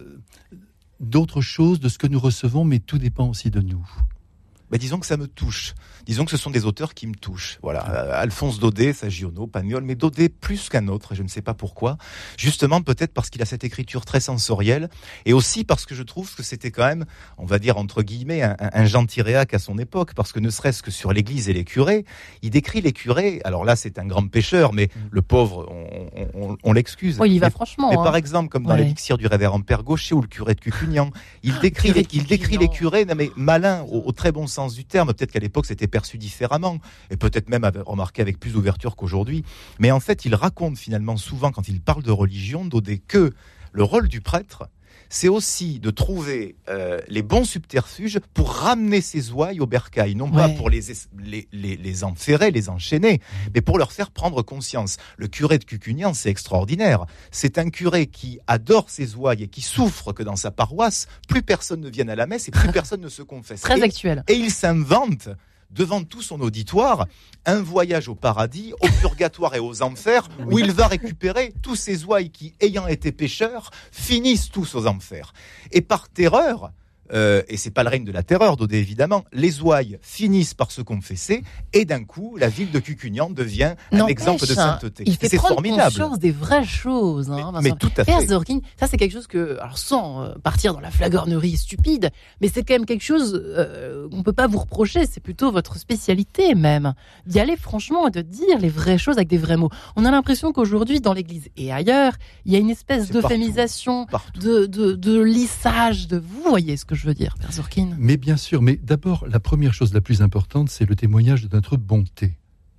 d'autre chose, de ce que nous recevons, mais tout dépend aussi de nous. Disons que ça me touche. Disons que ce sont des auteurs qui me touchent. Voilà, Alphonse Daudet, Saggiano, Pagnol, mais Daudet plus qu'un autre, je ne sais pas pourquoi. Justement, peut-être parce qu'il a cette écriture très sensorielle, et aussi parce que je trouve que c'était quand même, on va dire entre guillemets, un gentil réac à son époque, parce que ne serait-ce que sur l'Église et les curés, il décrit les curés. Alors là, c'est un grand pécheur, mais le pauvre, on l'excuse. Oui, il y va franchement. Mais par exemple, comme dans l'élixir du révérend Père Gaucher ou le curé de Cucugnan, il décrit les curés, mais malins au très bon sens du terme. Peut-être qu'à l'époque c'était perçu différemment et peut-être même remarqué avec plus d'ouverture qu'aujourd'hui, mais en fait il raconte finalement souvent quand il parle de religion, Daudet, que le rôle du prêtre c'est aussi de trouver les bons subterfuges pour ramener ces ouailles au bercail, non pas pour les enferrer, les enchaîner, mais pour leur faire prendre conscience. Le curé de Cucugnan, c'est extraordinaire. C'est un curé qui adore ses ouailles et qui souffre que dans sa paroisse, plus personne ne vienne à la messe et plus personne ne se confesse. Très actuel. Et il s'invente devant tout son auditoire, un voyage au paradis, au purgatoire et aux enfers, où il va récupérer tous ces ouailles qui, ayant été pécheurs, finissent tous aux enfers. Et par terreur, et c'est pas le règne de la terreur, Daudet évidemment, les ouailles finissent par se confesser, et d'un coup, la ville de Cucugnan devient un exemple de sainteté. Il fait prendre conscience des vraies choses. Mais tout à fait. Zorkin, ça c'est quelque chose que, alors sans partir dans la flagornerie stupide, mais c'est quand même quelque chose qu'on peut pas vous reprocher, c'est plutôt votre spécialité même, d'y aller franchement et de dire les vraies choses avec des vrais mots. On a l'impression qu'aujourd'hui, dans l'église et ailleurs, il y a une espèce d'euphémisation, de lissage, vous voyez ce que que je veux dire, Père Zorkin. Mais bien sûr, mais d'abord, la première chose la plus importante, c'est le témoignage de notre bonté.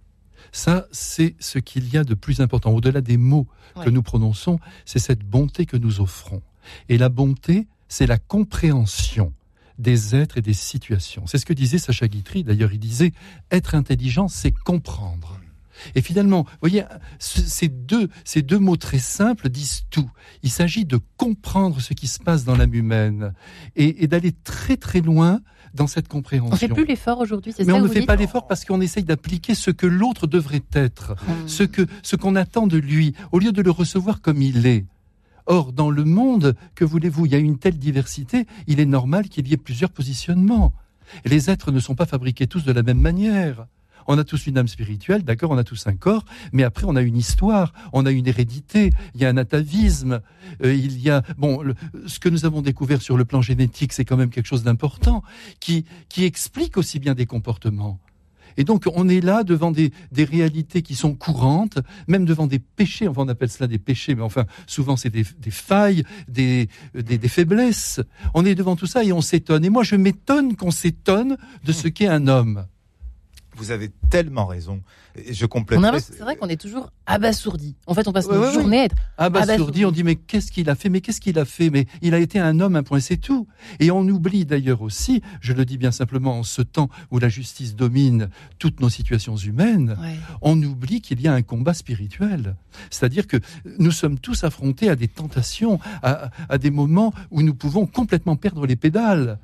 Ça, c'est ce qu'il y a de plus important. Au-delà des mots que nous prononçons, c'est cette bonté que nous offrons. Et la bonté, c'est la compréhension des êtres et des situations. C'est ce que disait Sacha Guitry. D'ailleurs, il disait « être intelligent, c'est comprendre ». Et finalement, vous voyez, ces deux mots très simples disent tout. Il s'agit de comprendre ce qui se passe dans l'âme humaine et d'aller très très loin dans cette compréhension. On ne fait plus l'effort aujourd'hui, c'est ça? Mais on ne fait pas l'effort parce qu'on essaye d'appliquer ce que l'autre devrait être, ce qu'on attend de lui, au lieu de le recevoir comme il est. Or, dans le monde, que voulez-vous, il y a une telle diversité, il est normal qu'il y ait plusieurs positionnements. Et les êtres ne sont pas fabriqués tous de la même manière. On a tous une âme spirituelle, d'accord, on a tous un corps, mais après on a une histoire, on a une hérédité, il y a un atavisme, il y a... ce que nous avons découvert sur le plan génétique, c'est quand même quelque chose d'important, qui explique aussi bien des comportements. Et donc on est là devant des réalités qui sont courantes, même devant des péchés, enfin on appelle cela des péchés, mais enfin souvent c'est des failles, des faiblesses. On est devant tout ça et on s'étonne. Et moi je m'étonne qu'on s'étonne de ce qu'est un homme. Vous avez tellement raison. Je compléterai. C'est vrai qu'on est toujours abasourdi. En fait, on passe nos journées à être abasourdi. On dit mais qu'est-ce qu'il a fait? Mais qu'est-ce qu'il a fait? Mais il a été un homme, un point, c'est tout. Et on oublie d'ailleurs aussi, je le dis bien simplement en ce temps où la justice domine toutes nos situations humaines, on oublie qu'il y a un combat spirituel. C'est-à-dire que nous sommes tous affrontés à des tentations, à des moments où nous pouvons complètement perdre les pédales.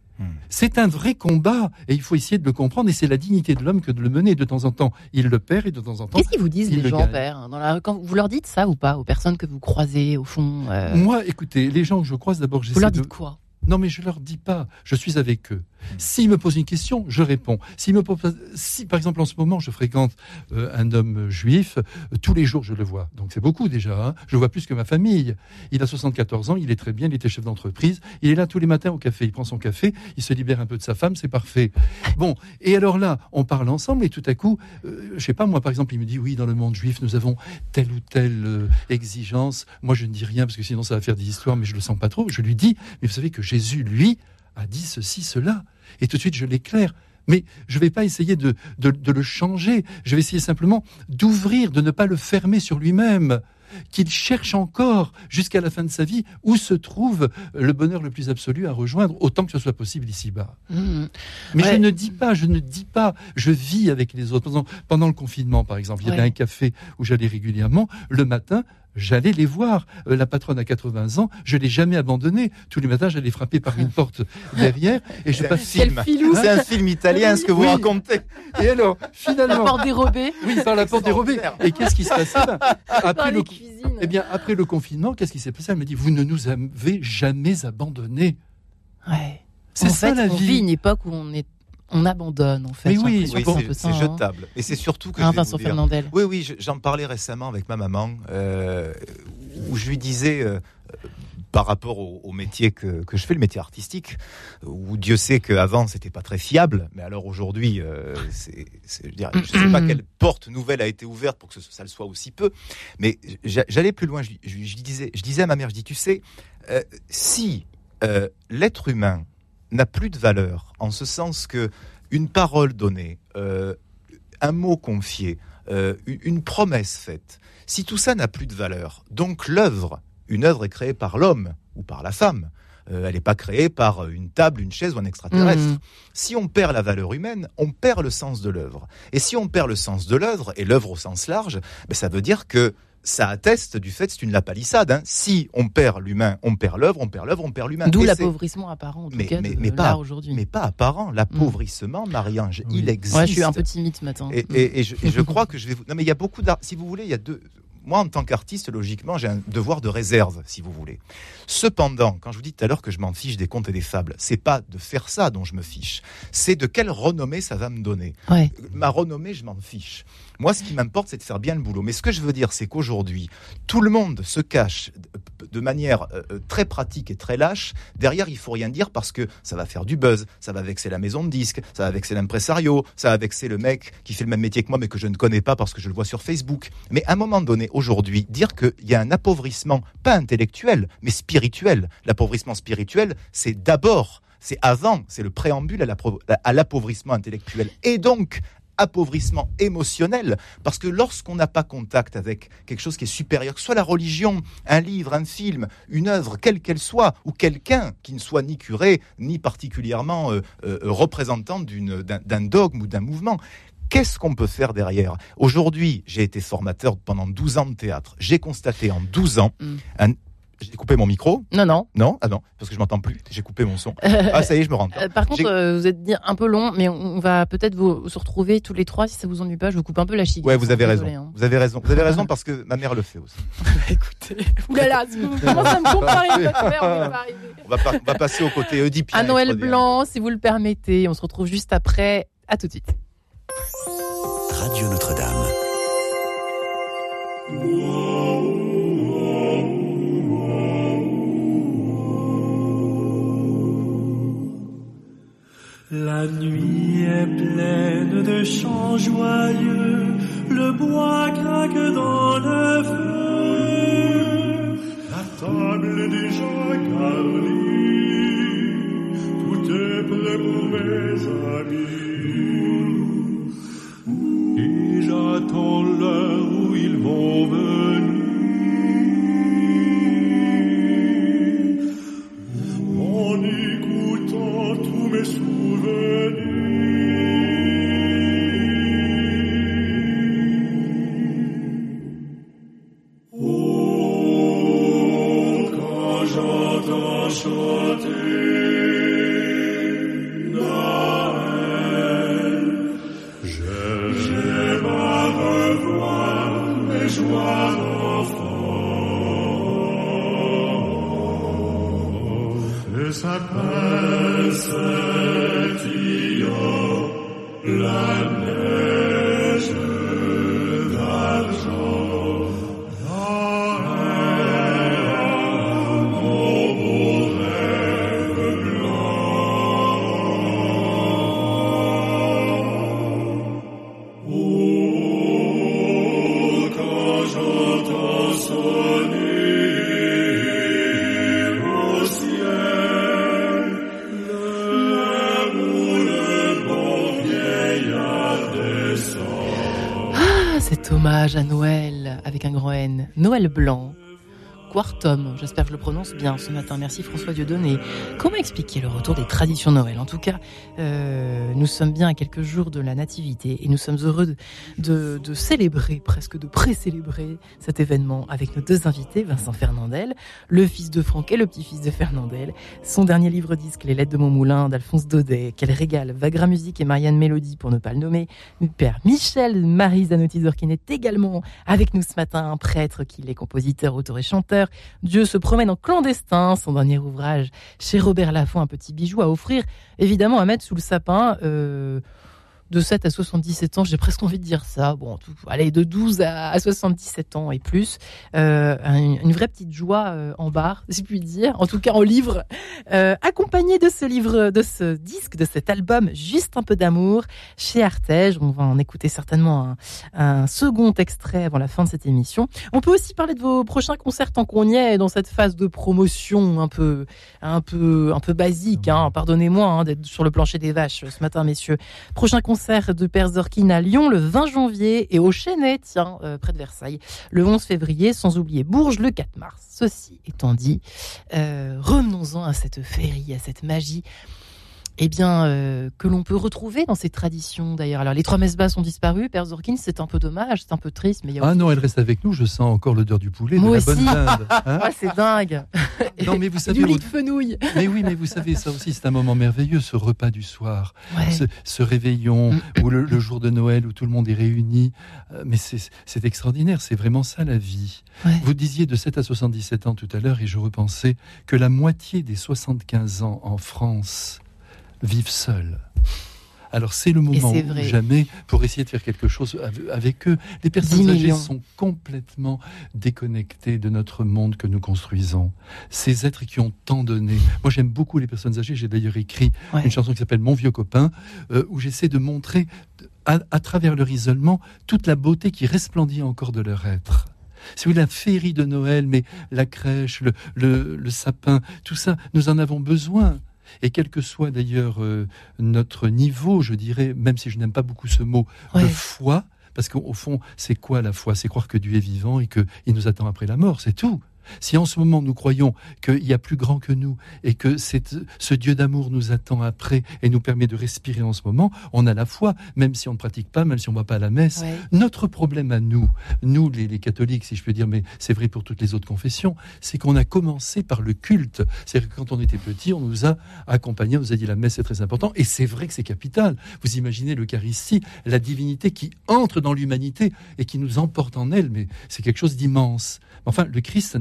C'est un vrai combat et il faut essayer de le comprendre et c'est la dignité de l'homme que de le mener. De temps en temps, il le perd et de temps en temps, qu'est-ce qu'ils vous disent les gens, Père, quand vous leur dites ça ou pas aux personnes que vous croisez au fond Moi, écoutez, les gens que je croise, d'abord, j'essaie vous leur dites quoi? Non, mais je leur dis pas. Je suis avec eux. S'ils me posent une question, je réponds. Si, par exemple, en ce moment, je fréquente un homme juif, tous les jours, je le vois. Donc, c'est beaucoup déjà. Hein. Je le vois plus que ma famille. Il a 74 ans, il est très bien, il était chef d'entreprise. Il est là tous les matins au café. Il prend son café, il se libère un peu de sa femme, c'est parfait. Bon, et alors là, on parle ensemble et tout à coup, je sais pas, moi, par exemple, il me dit, oui, dans le monde juif, nous avons telle ou telle exigence. Moi, je ne dis rien parce que sinon, ça va faire des histoires, mais je le sens pas trop. Je lui dis, mais vous savez que Jésus, lui, a dit ceci, cela. Et tout de suite, je l'éclaire. Mais je ne vais pas essayer de le changer. Je vais essayer simplement d'ouvrir, de ne pas le fermer sur lui-même. Qu'il cherche encore, jusqu'à la fin de sa vie, où se trouve le bonheur le plus absolu à rejoindre, autant que ce soit possible ici-bas. Mais je ne dis pas, je vis avec les autres. Pendant le confinement, par exemple, il y avait un café où j'allais régulièrement. Le matin, j'allais les voir. La patronne a 80 ans, je ne l'ai jamais abandonnée. Tous les matins, j'allais frapper par une porte derrière. Et je passe c'est un film italien, ce que vous racontez. Et alors, finalement... La porte dérobée. Oui, par la porte dérobée. Et qu'est-ce qui se passait après le confinement, qu'est-ce qui s'est passé? Elle me dit, vous ne nous avez jamais abandonnés. Ouais. C'est ça la vie. On vit une époque où on abandonne, en fait. Mais oui, c'est jetable. Et c'est surtout que Vincent Fernandel. Oui, j'en parlais récemment avec ma maman, où je lui disais, par rapport au métier que je fais, le métier artistique, où Dieu sait qu'avant c'était pas très fiable, mais alors aujourd'hui, je ne sais pas quelle porte nouvelle a été ouverte pour que ça le soit aussi peu, mais j'allais plus loin. Je disais à ma mère, tu sais, si l'être humain n'a plus de valeur, en ce sens que une parole donnée, un mot confié, une promesse faite, si tout ça n'a plus de valeur, donc une œuvre est créée par l'homme ou par la femme. Elle n'est pas créée par une table, une chaise ou un extraterrestre. Si on perd la valeur humaine, on perd le sens de l'œuvre. Et si on perd le sens de l'œuvre, et l'œuvre au sens large, ça veut dire que ça atteste du fait, c'est une lapalissade. Hein. Si on perd l'humain, on perd l'œuvre, on perd l'œuvre, on perd l'humain. D'où l'appauvrissement apparent, en tout cas, de l'art aujourd'hui. Mais pas apparent. L'appauvrissement, Marie-Ange, il existe. Ouais, je suis un peu timide ce matin. Et je crois que je vais vous... Non, mais il y a beaucoup d'art. Si vous voulez, il y a deux... Moi, en tant qu'artiste, logiquement, j'ai un devoir de réserve, si vous voulez. Cependant, quand je vous dis tout à l'heure que je m'en fiche des contes et des fables, c'est pas de faire ça dont je me fiche. C'est de quelle renommée ça va me donner. Ouais. Ma renommée, je m'en fiche. Moi, ce qui m'importe, c'est de faire bien le boulot. Mais ce que je veux dire, c'est qu'aujourd'hui, tout le monde se cache de manière très pratique et très lâche. Derrière, il faut rien dire parce que ça va faire du buzz, ça va vexer la maison de disques, ça va vexer l'impresario, ça va vexer le mec qui fait le même métier que moi mais que je ne connais pas parce que je le vois sur Facebook. Mais à un moment donné, aujourd'hui, dire qu'il y a un appauvrissement, pas intellectuel, mais spirituel. L'appauvrissement spirituel, c'est le préambule à l'appauvrissement intellectuel. Et donc, appauvrissement émotionnel, parce que lorsqu'on n'a pas contact avec quelque chose qui est supérieur, que ce soit la religion, un livre, un film, une œuvre, quelle qu'elle soit, ou quelqu'un qui ne soit ni curé, ni particulièrement représentant d'un dogme ou d'un mouvement, qu'est-ce qu'on peut faire derrière ? Aujourd'hui, j'ai été formateur pendant 12 ans de théâtre. J'ai constaté en 12 ans J'ai coupé mon micro. Non. Non, parce que je m'entends plus. J'ai coupé mon son. Ah, ça y est, je me rends. Par contre, vous êtes dit un peu long, mais on va peut-être se retrouver tous les trois si ça vous ennuie pas. Je vous coupe un peu la chic. Ouais, vous avez raison. Hein. Vous avez raison parce que ma mère le fait aussi. Écoutez, oulala, si vous commencez à me comparer votre mère, on va pas arriver. On va passer au côté oedipien. À Noël blanc, si vous le permettez. On se retrouve juste après. À tout de suite. Radio Notre-Dame. La nuit est pleine de chants joyeux, le bois craque dans le feu. La table est déjà garnie, tout est prêt pour mes amis. Et j'attends l'heure où ils vont venir. En écoutant tous mes souvenirs. Oh, quand j'entends chanter Noël, j'aime à revoir mes joies d'enfant. Et ça passe la neige d'argent, mon beau rêve blanc. Oh, quand j'entends sonner au ciel l'heure où le bon vieillard descend. Ah, cet hommage à Noël avec un grand N. Noël blanc. Quartum, j'espère que je le prononce bien ce matin. Merci François Dieudonné. Comment expliquer le retour des traditions Noël ? En tout cas, nous sommes bien à quelques jours de la Nativité et nous sommes heureux de célébrer, presque de pré-célébrer cet événement avec nos deux invités, Vincent Fernandel, le fils de Franck et le petit-fils de Fernandel. Son dernier livre-disque, Les Lettres de mon moulin, d'Alphonse Daudet, Quel régal, Vagra Musique et Marianne Mélodie, pour ne pas le nommer. Père Michel Marie Zanotti-Zorkin est également avec nous ce matin, un prêtre qui est compositeur, auteur et chanteur. Dieu se promène en clandestin, son dernier ouvrage chez Robert Laffont, un petit bijou à offrir, évidemment à mettre sous le sapin. De 7 à 77 ans, j'ai presque envie de dire ça. Bon, allez, de 12 à 77 ans et plus. Une vraie petite joie en barre, si je puis dire. En tout cas, en livre. Accompagné de ce livre, de ce disque, de cet album, Juste un peu d'amour, chez Artege. On va en écouter certainement un second extrait avant la fin de cette émission. On peut aussi parler de vos prochains concerts tant qu'on y est, dans cette phase de promotion un peu basique, hein. Pardonnez-moi, hein, d'être sur le plancher des vaches ce matin, messieurs. Prochain concert de Père Zorkin à Lyon le 20 janvier et au Chênay, près de Versailles, le 11 février, sans oublier Bourges le 4 mars. Ceci étant dit, revenons-en à cette féerie, à cette magie, que l'on peut retrouver dans ces traditions d'ailleurs. Alors les trois messes basses ont disparu, Père Zorkin, c'est un peu dommage, c'est un peu triste, mais il y a non, elle reste avec nous, je sens encore l'odeur du poulet, moi de la bonne dinde. Hein c'est dingue. Non, mais vous savez, du lit de fenouil. Mais oui, mais vous savez, ça aussi, c'est un moment merveilleux, ce repas du soir, ce réveillon, ou le jour de Noël où tout le monde est réuni. Mais c'est extraordinaire, c'est vraiment ça la vie. Ouais. Vous disiez de 7 à 77 ans tout à l'heure, et je repensais que la moitié des 75 ans en France vivent seuls. Alors c'est le moment ou jamais pour essayer de faire quelque chose avec eux. Les personnes âgées sont complètement déconnectées de notre monde que nous construisons. Ces êtres qui ont tant donné. Moi j'aime beaucoup les personnes âgées. J'ai d'ailleurs écrit une chanson qui s'appelle Mon vieux copain, où j'essaie de montrer à travers leur isolement toute la beauté qui resplendit encore de leur être. C'est la féerie de Noël, mais la crèche, le sapin, tout ça, nous en avons besoin. Et quel que soit d'ailleurs notre niveau, je dirais, même si je n'aime pas beaucoup ce mot, de foi, parce qu'au fond, c'est quoi la foi ? C'est croire que Dieu est vivant et qu'il nous attend après la mort, c'est tout. Si en ce moment nous croyons qu'il y a plus grand que nous et que ce Dieu d'amour nous attend après et nous permet de respirer en ce moment, on a la foi, même si on ne pratique pas, même si on ne va pas à la messe. Ouais. Notre problème à nous les catholiques, si je peux dire, mais c'est vrai pour toutes les autres confessions, c'est qu'on a commencé par le culte. C'est-à-dire que quand on était petit, on nous a accompagnés, on nous a dit la messe c'est très important, et c'est vrai que c'est capital. Vous imaginez l'Eucharistie, la divinité qui entre dans l'humanité et qui nous emporte en elle, mais c'est quelque chose d'immense. Enfin, le Christ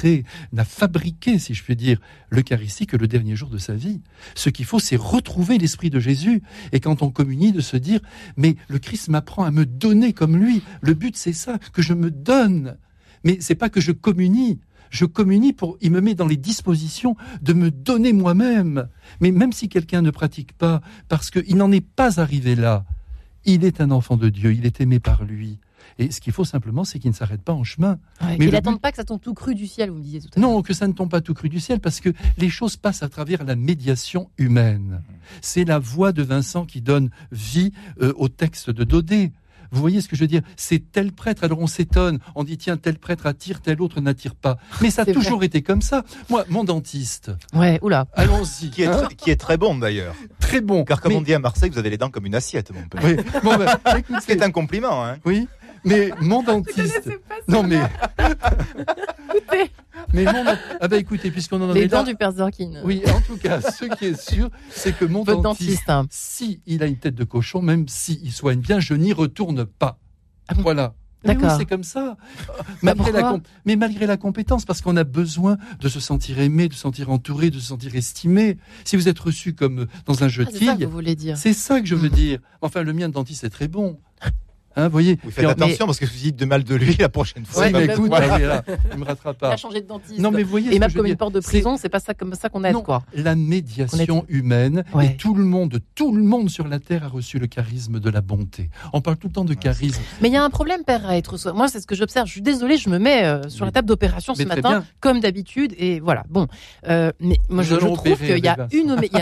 n'a fabriqué, si je puis dire, l'Eucharistie que le dernier jour de sa vie. Ce qu'il faut, c'est retrouver l'esprit de Jésus. Et quand on communie, de se dire, mais le Christ m'apprend à me donner comme lui. Le but, c'est ça, que je me donne. Mais c'est pas que je communie. Je communie il me met dans les dispositions de me donner moi-même. Mais même si quelqu'un ne pratique pas, parce qu'il n'en est pas arrivé là, il est un enfant de Dieu, il est aimé par lui. Et ce qu'il faut simplement, c'est qu'il ne s'arrête pas en chemin. Ouais, mais il n'attend pas que ça tombe tout cru du ciel, vous me disiez tout à l'heure. Non, que ça ne tombe pas tout cru du ciel, parce que les choses passent à travers la médiation humaine. C'est la voix de Vincent qui donne vie au texte de Daudet. Vous voyez ce que je veux dire ? C'est tel prêtre, alors on s'étonne, on dit tiens, tel prêtre attire, tel autre n'attire pas. Mais ça a toujours été comme ça. Moi, mon dentiste... Ouais, oula. Allons-y. Qui est très bon d'ailleurs. Très bon. Car comme on dit à Marseille, vous avez les dents comme une assiette, mon père. Oui. Bon, écoutez, c'est un compliment, hein. Oui. Mais mon dentiste... Non mais... Mais écoutez, puisqu'on en est là... Les dents du père Zorkin. Oui, en tout cas, ce qui est sûr, c'est que mon dentiste, si il a une tête de cochon, même s'il soigne bien, je n'y retourne pas. Voilà. D'accord. Oui, c'est comme ça. Mais malgré la compétence, parce qu'on a besoin de se sentir aimé, de se sentir entouré, de se sentir estimé. Si vous êtes reçu comme dans un jeu de c'est ça filles, que vous voulez dire. C'est ça que je veux dire. Enfin, le mien de dentiste est très bon. Hein, voyez. Vous faites attention parce que vous dites de mal de lui la prochaine fois. Ouais, mais écoute, là, il me rattrape pas. Il a changé de dentiste. Non, mais voyez. Et même comme une porte de prison, c'est pas ça comme ça qu'on aide, quoi. La médiation humaine, et tout le monde sur la terre a reçu le charisme de la bonté. On parle tout le temps de charisme. Mais il y a un problème, père, à être soi. Moi, c'est ce que j'observe. Je suis désolée, je me mets sur la table d'opération ce matin, comme d'habitude, et voilà. Bon, mais moi, je trouve qu'il y a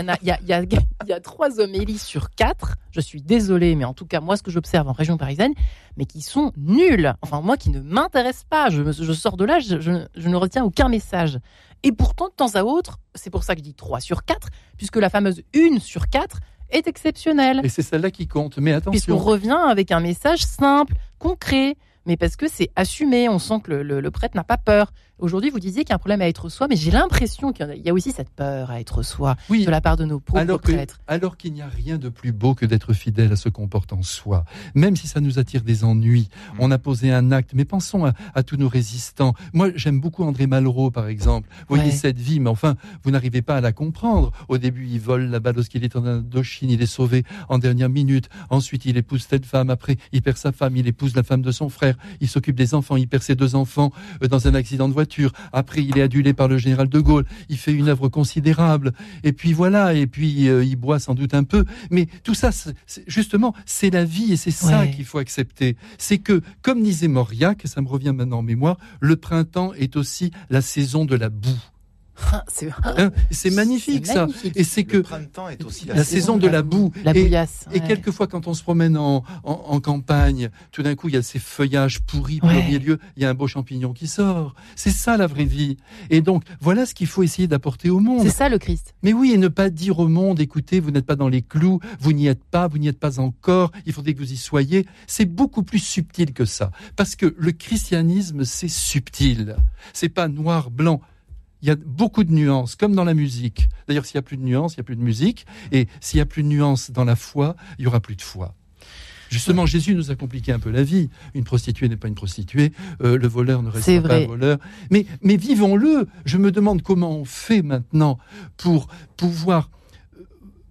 il y a 3 homélies sur 4. Je suis désolée, mais en tout cas, moi, ce que j'observe en région parisienne, mais qui sont nuls. Enfin, moi, qui ne m'intéressent pas. Je sors de là, je ne retiens aucun message. Et pourtant, de temps à autre, c'est pour ça que je dis 3 sur 4, puisque la fameuse 1 sur 4 est exceptionnelle. Et c'est celle-là qui compte. Mais attention. Puisqu'on revient avec un message simple, concret, mais parce que c'est assumé. On sent que le prêtre n'a pas peur. Aujourd'hui, vous disiez qu'il y a un problème à être soi, mais j'ai l'impression qu'il y a aussi cette peur à être soi de la part de nos pauvres prêtres. Alors qu'il n'y a rien de plus beau que d'être fidèle à ce qu'on porte en soi. Même si ça nous attire des ennuis, on a posé un acte, mais pensons à tous nos résistants. Moi, j'aime beaucoup André Malraux, par exemple. Vous voyez cette vie, mais enfin, vous n'arrivez pas à la comprendre. Au début, il vole là-bas lorsqu'il est en Indochine, il est sauvé en dernière minute. Ensuite, il épouse telle femme. Après, il perd sa femme, il épouse la femme de son frère. Il s'occupe des enfants, il perd ses 2 enfants dans un accident de voiture. Après, il est adulé par le général de Gaulle. Il fait une œuvre considérable. Et puis voilà. Et puis il boit sans doute un peu. Mais tout ça, justement, c'est la vie et c'est ça qu'il faut accepter. C'est que, comme disait Mauriac, et ça me revient maintenant en mémoire, le printemps est aussi la saison de la boue. C'est magnifique, ça. Et c'est que le printemps est aussi la saison de la boue. La bouillasse. Et quelquefois, quand on se promène en campagne, tout d'un coup, il y a ces feuillages pourris. Au milieu, il y a un beau champignon qui sort. C'est ça, la vraie vie. Et donc, voilà ce qu'il faut essayer d'apporter au monde. C'est ça, le Christ. Mais oui, et ne pas dire au monde, écoutez, vous n'êtes pas dans les clous, vous n'y êtes pas encore, il faudrait que vous y soyez. C'est beaucoup plus subtil que ça. Parce que le christianisme, c'est subtil. C'est pas noir, blanc. Il y a beaucoup de nuances, comme dans la musique. D'ailleurs, s'il n'y a plus de nuances, il n'y a plus de musique. Et s'il n'y a plus de nuances dans la foi, il n'y aura plus de foi. Justement, Jésus nous a compliqué un peu la vie. Une prostituée n'est pas une prostituée. Le voleur ne reste pas un voleur. Mais vivons-le. Je me demande comment on fait maintenant pour pouvoir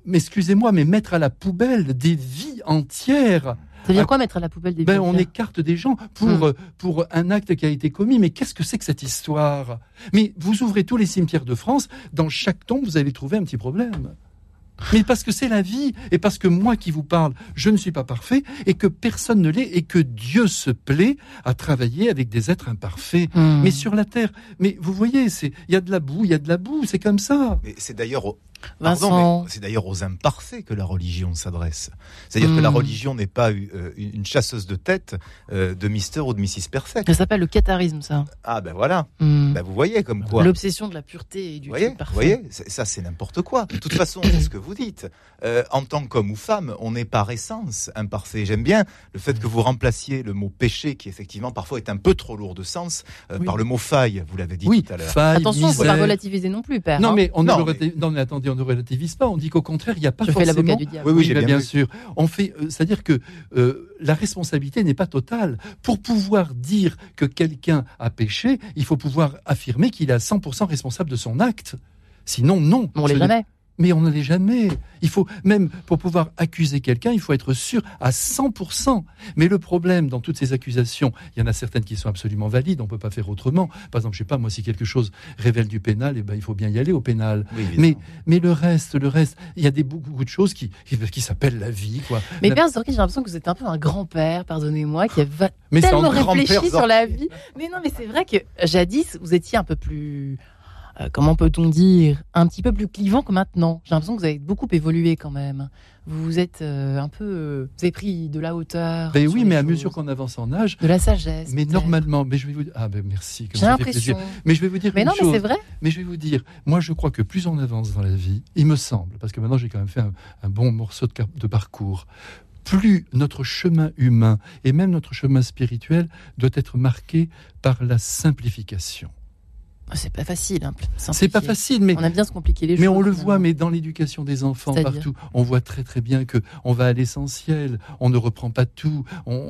mais excusez-moi, mais mettre à la poubelle des vies entières. Ça veut dire quoi, mettre à la poubelle des on écarte des gens pour un acte qui a été commis. Mais qu'est-ce que c'est que cette histoire ? Mais vous ouvrez tous les cimetières de France, dans chaque tombe, vous allez trouver un petit problème. Mais parce que c'est la vie, et parce que moi qui vous parle, je ne suis pas parfait, et que personne ne l'est, et que Dieu se plaît à travailler avec des êtres imparfaits. Mais sur la terre, mais vous voyez, il y a de la boue, c'est comme ça. Mais c'est d'ailleurs Vincent. c'est d'ailleurs aux imparfaits que la religion s'adresse. C'est-à-dire que la religion n'est pas une chasseuse de tête de Mister ou de Mrs. Perfect. Ça s'appelle le catharisme, ça. Ah ben voilà. Ben vous voyez comme quoi. L'obsession de la pureté et du truc parfait. Vous voyez, ça c'est n'importe quoi. De toute façon, c'est ce que vous dites. En tant qu'homme ou femme, on est par essence imparfait. J'aime bien le fait que vous remplaciez le mot péché, qui effectivement parfois est un peu trop lourd de sens, par le mot faille. Vous l'avez dit tout à l'heure. Faille, attention, il ne faut pas relativiser non plus, père. Non, mais attendez, on ne relativise pas. On dit qu'au contraire, il n'y a pas forcément. Je fais l'avocat du diable. Oui, bien sûr. C'est-à-dire que la responsabilité n'est pas totale. Pour pouvoir dire que quelqu'un a péché, il faut pouvoir affirmer qu'il est à 100% responsable de son acte. Sinon, non. On ne l'est jamais. Mais on ne l'est jamais. Il faut, même pour pouvoir accuser quelqu'un, il faut être sûr à 100%. Mais le problème dans toutes ces accusations, il y en a certaines qui sont absolument valides, on ne peut pas faire autrement. Par exemple, je ne sais pas, moi, si quelque chose révèle du pénal, il faut bien y aller au pénal. Oui, mais le reste, il y a beaucoup de choses qui s'appellent la vie, quoi. Mais Père Zorkin, j'ai l'impression que vous êtes un peu un grand-père, pardonnez-moi, qui a tellement réfléchi sur la vie. Mais non, mais c'est vrai que jadis, vous étiez un peu plus... comment peut-on dire, un petit peu plus clivant que maintenant. J'ai l'impression que vous avez beaucoup évolué quand même. Vous êtes vous avez pris de la hauteur. Ben oui, mais à mesure qu'on avance en âge, de la sagesse. Mais normalement, mais je vais vous dire, merci. J'ai l'impression. Mais je vais vous dire mais une chose. Mais c'est vrai. Mais je vais vous dire, moi je crois que plus on avance dans la vie, il me semble, parce que maintenant j'ai quand même fait un bon morceau de parcours. Plus notre chemin humain et même notre chemin spirituel doit être marqué par la simplification. C'est pas facile. C'est pas facile, mais on aime bien se compliquer les choses. Mais on le voit, mais dans l'éducation des enfants, partout, on voit très très bien que on va à l'essentiel. On ne reprend pas tout.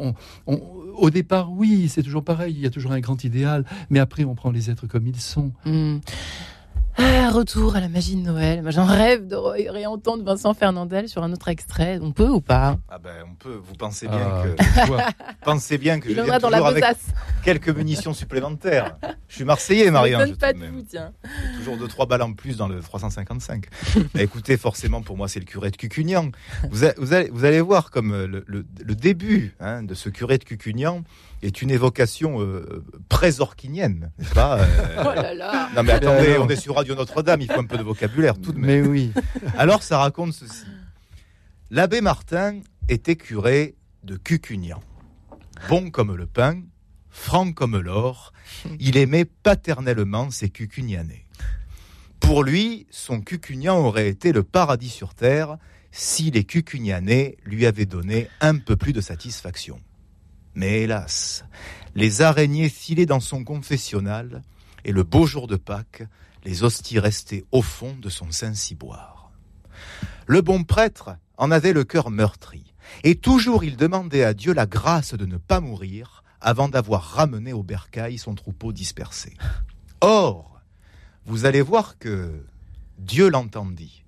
Au départ, oui, c'est toujours pareil. Il y a toujours un grand idéal, mais après, on prend les êtres comme ils sont. Retour à la magie de Noël. Moi, j'en rêve de réentendre Vincent Fernandel sur un autre extrait. On peut ou pas ? Ah ben, on peut. Vous pensez bien que je viens toujours avec quelques munitions supplémentaires. Je suis Marseillais, Marion. Je pas de vous, tiens. J'ai toujours 2-3 balles en plus dans le 355. Écoutez, forcément, pour moi, c'est le curé de Cucugnan. Vous allez voir comme le début de ce curé de Cucugnan est une évocation pré-zorkinienne, n'est-ce pas Oh là là. Non mais attendez, on est sur Radio Notre-Dame, il faut un peu de vocabulaire tout de même. Mais oui. Alors ça raconte ceci. L'abbé Martin était curé de Cucugnan. Bon comme le pain, franc comme l'or, il aimait paternellement ses Cucugnanais. Pour lui, son Cucugnan aurait été le paradis sur terre si les Cucugnanais lui avaient donné un peu plus de satisfaction. Mais hélas, les araignées filaient dans son confessionnal et le beau jour de Pâques, les hosties restaient au fond de son Saint-Ciboire. Le bon prêtre en avait le cœur meurtri et toujours il demandait à Dieu la grâce de ne pas mourir avant d'avoir ramené au bercail son troupeau dispersé. Or, vous allez voir que Dieu l'entendit.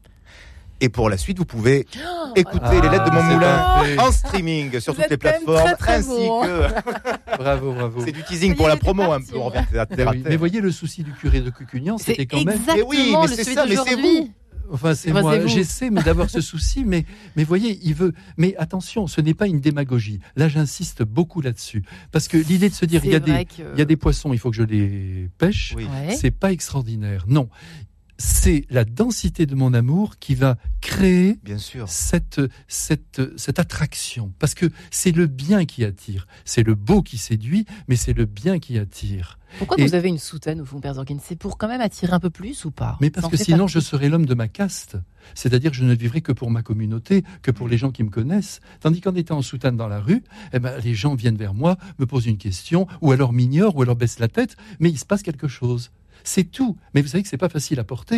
Et pour la suite, vous pouvez écouter les lettres de mon moulin en streaming sur toutes les plateformes, très bon. que... Bravo. C'est du teasing pour la promo, un peu. On revient à terre. Mais voyez, le souci du curé de Cucugnan, c'était quand même... Mais oui, mais c'est ça, mais c'est vous. Enfin, c'est moi, j'essaie d'avoir ce souci, mais voyez, il veut... Mais attention, ce n'est pas une démagogie. Là, j'insiste beaucoup là-dessus. Parce que l'idée de se dire, il y a des poissons, il faut que je les pêche, c'est pas extraordinaire. Non. C'est la densité de mon amour qui va créer bien sûr cette attraction. Parce que c'est le bien qui attire. C'est le beau qui séduit, mais c'est le bien qui attire. Pourquoi vous avez une soutane au fond, Père Zorkin ? C'est pour quand même attirer un peu plus ou pas ? Mais parce que sinon, je serais l'homme de ma caste. C'est-à-dire que je ne vivrais que pour ma communauté, que pour les gens qui me connaissent. Tandis qu'en étant en soutane dans la rue, les gens viennent vers moi, me posent une question, ou alors m'ignorent, ou alors baissent la tête, mais il se passe quelque chose. C'est tout. Mais vous savez que c'est pas facile à porter.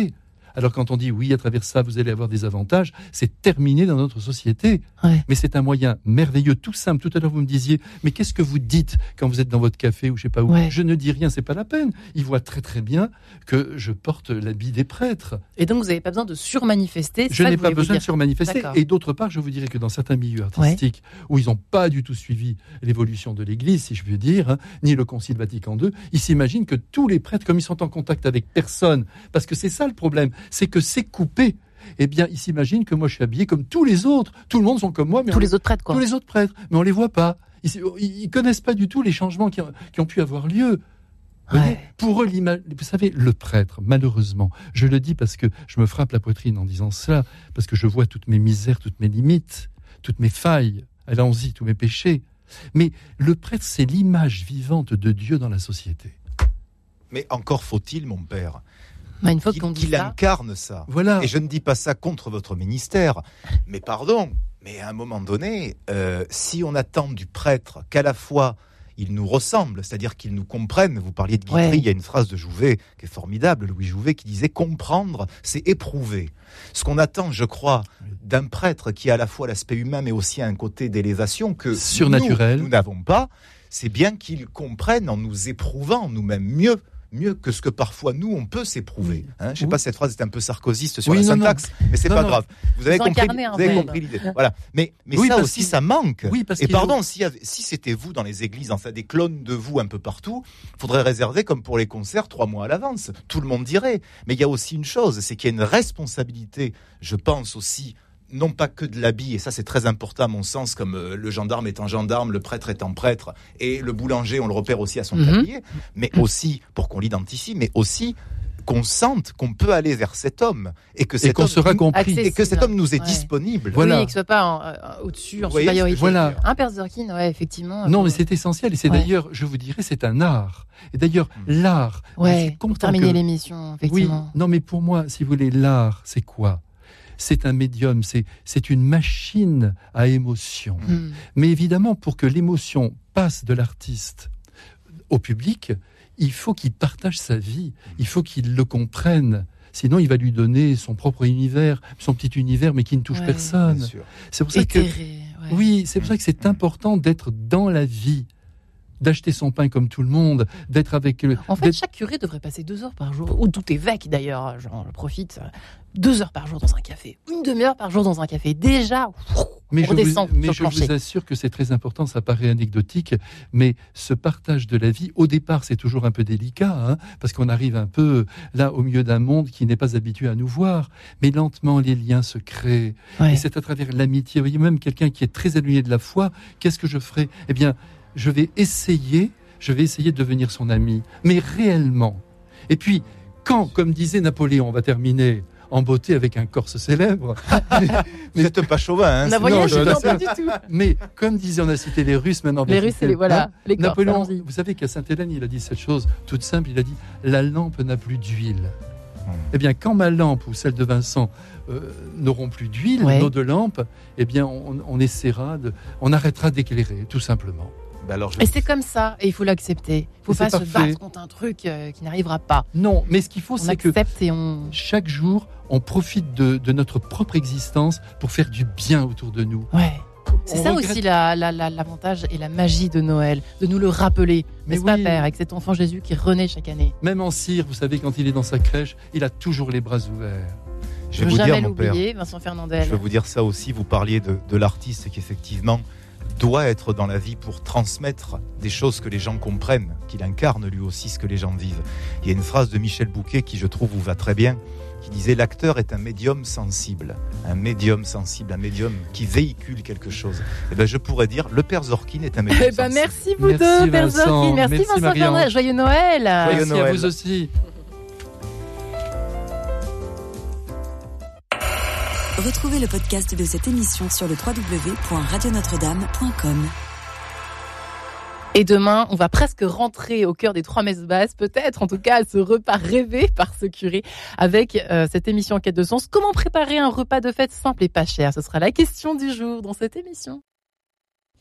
Alors quand on dit oui, à travers ça, vous allez avoir des avantages, c'est terminé dans notre société. Ouais. Mais c'est un moyen merveilleux, tout simple. Tout à l'heure, vous me disiez, mais qu'est-ce que vous dites quand vous êtes dans votre café ou je sais pas où? Ouais. Je ne dis rien, c'est pas la peine. Ils voient très très bien que je porte l'habit des prêtres. Et donc, vous n'avez pas besoin de surmanifester. Je n'ai pas besoin de surmanifester. D'accord. Et d'autre part, je vous dirais que dans certains milieux artistiques où ils n'ont pas du tout suivi l'évolution de l'Église, si je puis dire, ni le Concile Vatican II, ils s'imaginent que tous les prêtres, comme ils sont en contact avec personne, parce que c'est ça le problème, c'est que c'est coupé. Eh bien, ils s'imaginent que moi je suis habillé comme tous les autres. Tout le monde sont comme moi. Mais tous les autres prêtres, quoi. Tous les autres prêtres, mais on les voit pas. Ils connaissent pas du tout les changements qui ont pu avoir lieu. Ouais. Pour eux, vous savez, le prêtre, malheureusement, je le dis parce que je me frappe la poitrine en disant cela, parce que je vois toutes mes misères, toutes mes limites, toutes mes failles, allons-y, tous mes péchés. Mais le prêtre, c'est l'image vivante de Dieu dans la société. Mais encore faut-il, mon père, Bah, une fois qu'on dit qu'il ça... incarne ça. Voilà. Et je ne dis pas ça contre votre ministère, mais pardon, mais à un moment donné, si on attend du prêtre qu'à la fois il nous ressemble, c'est-à-dire qu'il nous comprenne. Vous parliez de Guitry, il y a une phrase de Jouvet qui est formidable, Louis Jouvet, qui disait « comprendre, c'est éprouver ». Ce qu'on attend, je crois, d'un prêtre qui a à la fois l'aspect humain, mais aussi un côté d'élévation que surnaturel, nous n'avons pas, c'est bien qu'il comprenne en nous éprouvant nous-mêmes mieux que ce que parfois nous on peut s'éprouver. Je ne sais pas si cette phrase est un peu sarkozyste sur la syntaxe, mais c'est pas grave. Vous avez compris l'idée. Voilà. Mais ça aussi, ça manque. Oui, parce et pardon, si c'était vous dans les églises, enfin des clones de vous un peu partout, il faudrait réserver comme pour les concerts 3 mois à l'avance. Tout le monde dirait. Mais il y a aussi une chose, c'est qu'il y a une responsabilité, je pense aussi, non pas que de l'habit, et ça c'est très important à mon sens, comme le gendarme étant gendarme, le prêtre étant prêtre, et le boulanger on le repère aussi à son tablier, mais aussi, pour qu'on l'identifie, mais aussi qu'on sente qu'on peut aller vers cet homme, et que cet qu'on sera compris, et que cet homme nous est disponible. Voilà. Oui, et que ce soit pas au-dessus, en supériorité. Voilà. Un Père Zorkin, ouais, effectivement. Non, mais c'est essentiel, et c'est d'ailleurs, je vous dirais, c'est un art. Et d'ailleurs, l'art... pour terminer l'émission, effectivement. Oui, non, mais pour moi, si vous voulez, l'art, c'est quoi ? C'est un médium, c'est une machine à émotion. Mais évidemment, pour que l'émotion passe de l'artiste au public, il faut qu'il partage sa vie, il faut qu'il le comprenne. Sinon, il va lui donner son propre univers, son petit univers, mais qui ne touche personne. C'est pour ça oui, c'est pour ça que c'est important d'être dans la vie, d'acheter son pain comme tout le monde, d'être avec... En fait, chaque curé devrait passer 2 heures par jour, ou tout évêque d'ailleurs, j'en profite, 2 heures par jour dans un café, une demi-heure par jour dans un café. Déjà, mais on redescend sur le plancher. Je vous assure que c'est très important, ça paraît anecdotique, mais ce partage de la vie, au départ, c'est toujours un peu délicat, parce qu'on arrive un peu là au milieu d'un monde qui n'est pas habitué à nous voir, mais lentement les liens se créent, et c'est à travers l'amitié. Vous voyez, même quelqu'un qui est très éloigné de la foi, qu'est-ce que je ferai ? Eh bien, je vais essayer de devenir son ami, mais réellement. Et puis, quand, comme disait Napoléon, on va terminer en beauté avec un Corse célèbre. Vous n'êtes pas chauvin, non, pas du tout. Mais comme disait, on a cité les Russes, maintenant. Les Russes, les Corses. Napoléon, vous savez qu'à Sainte-Hélène, il a dit cette chose toute simple, il a dit « La lampe n'a plus d'huile ». Eh bien, quand ma lampe ou celle de Vincent n'auront plus d'huile, nos 2 lampes, eh bien, on arrêtera d'éclairer, tout simplement. Et c'est comme ça, et il faut l'accepter. Il ne faut pas se battre contre un truc qui n'arrivera pas. Non, mais ce qu'il faut, c'est que chaque jour, on profite de notre propre existence pour faire du bien autour de nous. Ouais. C'est ça aussi l'avantage et la magie de Noël, de nous le rappeler. N'est-ce pas, Père, avec cet enfant Jésus qui renaît chaque année. Même en cire, vous savez, quand il est dans sa crèche, il a toujours les bras ouverts. Je vais vous dire, mon père, Vincent Fernandel. Je vais vous dire ça aussi, vous parliez de l'artiste qui, effectivement, doit être dans la vie pour transmettre des choses que les gens comprennent, qu'il incarne lui aussi ce que les gens vivent. Il y a une phrase de Michel Bouquet qui, je trouve, vous va très bien, qui disait « L'acteur est un médium sensible, un médium qui véhicule quelque chose. » Et ben, je pourrais dire, le Père Zorkin est un médium sensible. Merci vous deux, Père Zorkin. Merci Vincent Fernandel. Joyeux Noël. Merci à vous aussi. Retrouvez le podcast de cette émission sur le www.radionotre-dame.com. Et demain, on va presque rentrer au cœur des 3 messes basses, peut-être, en tout cas, à ce repas rêvé par ce curé, avec cette émission en quête de sens. Comment préparer un repas de fête simple et pas cher ? Ce sera la question du jour dans cette émission.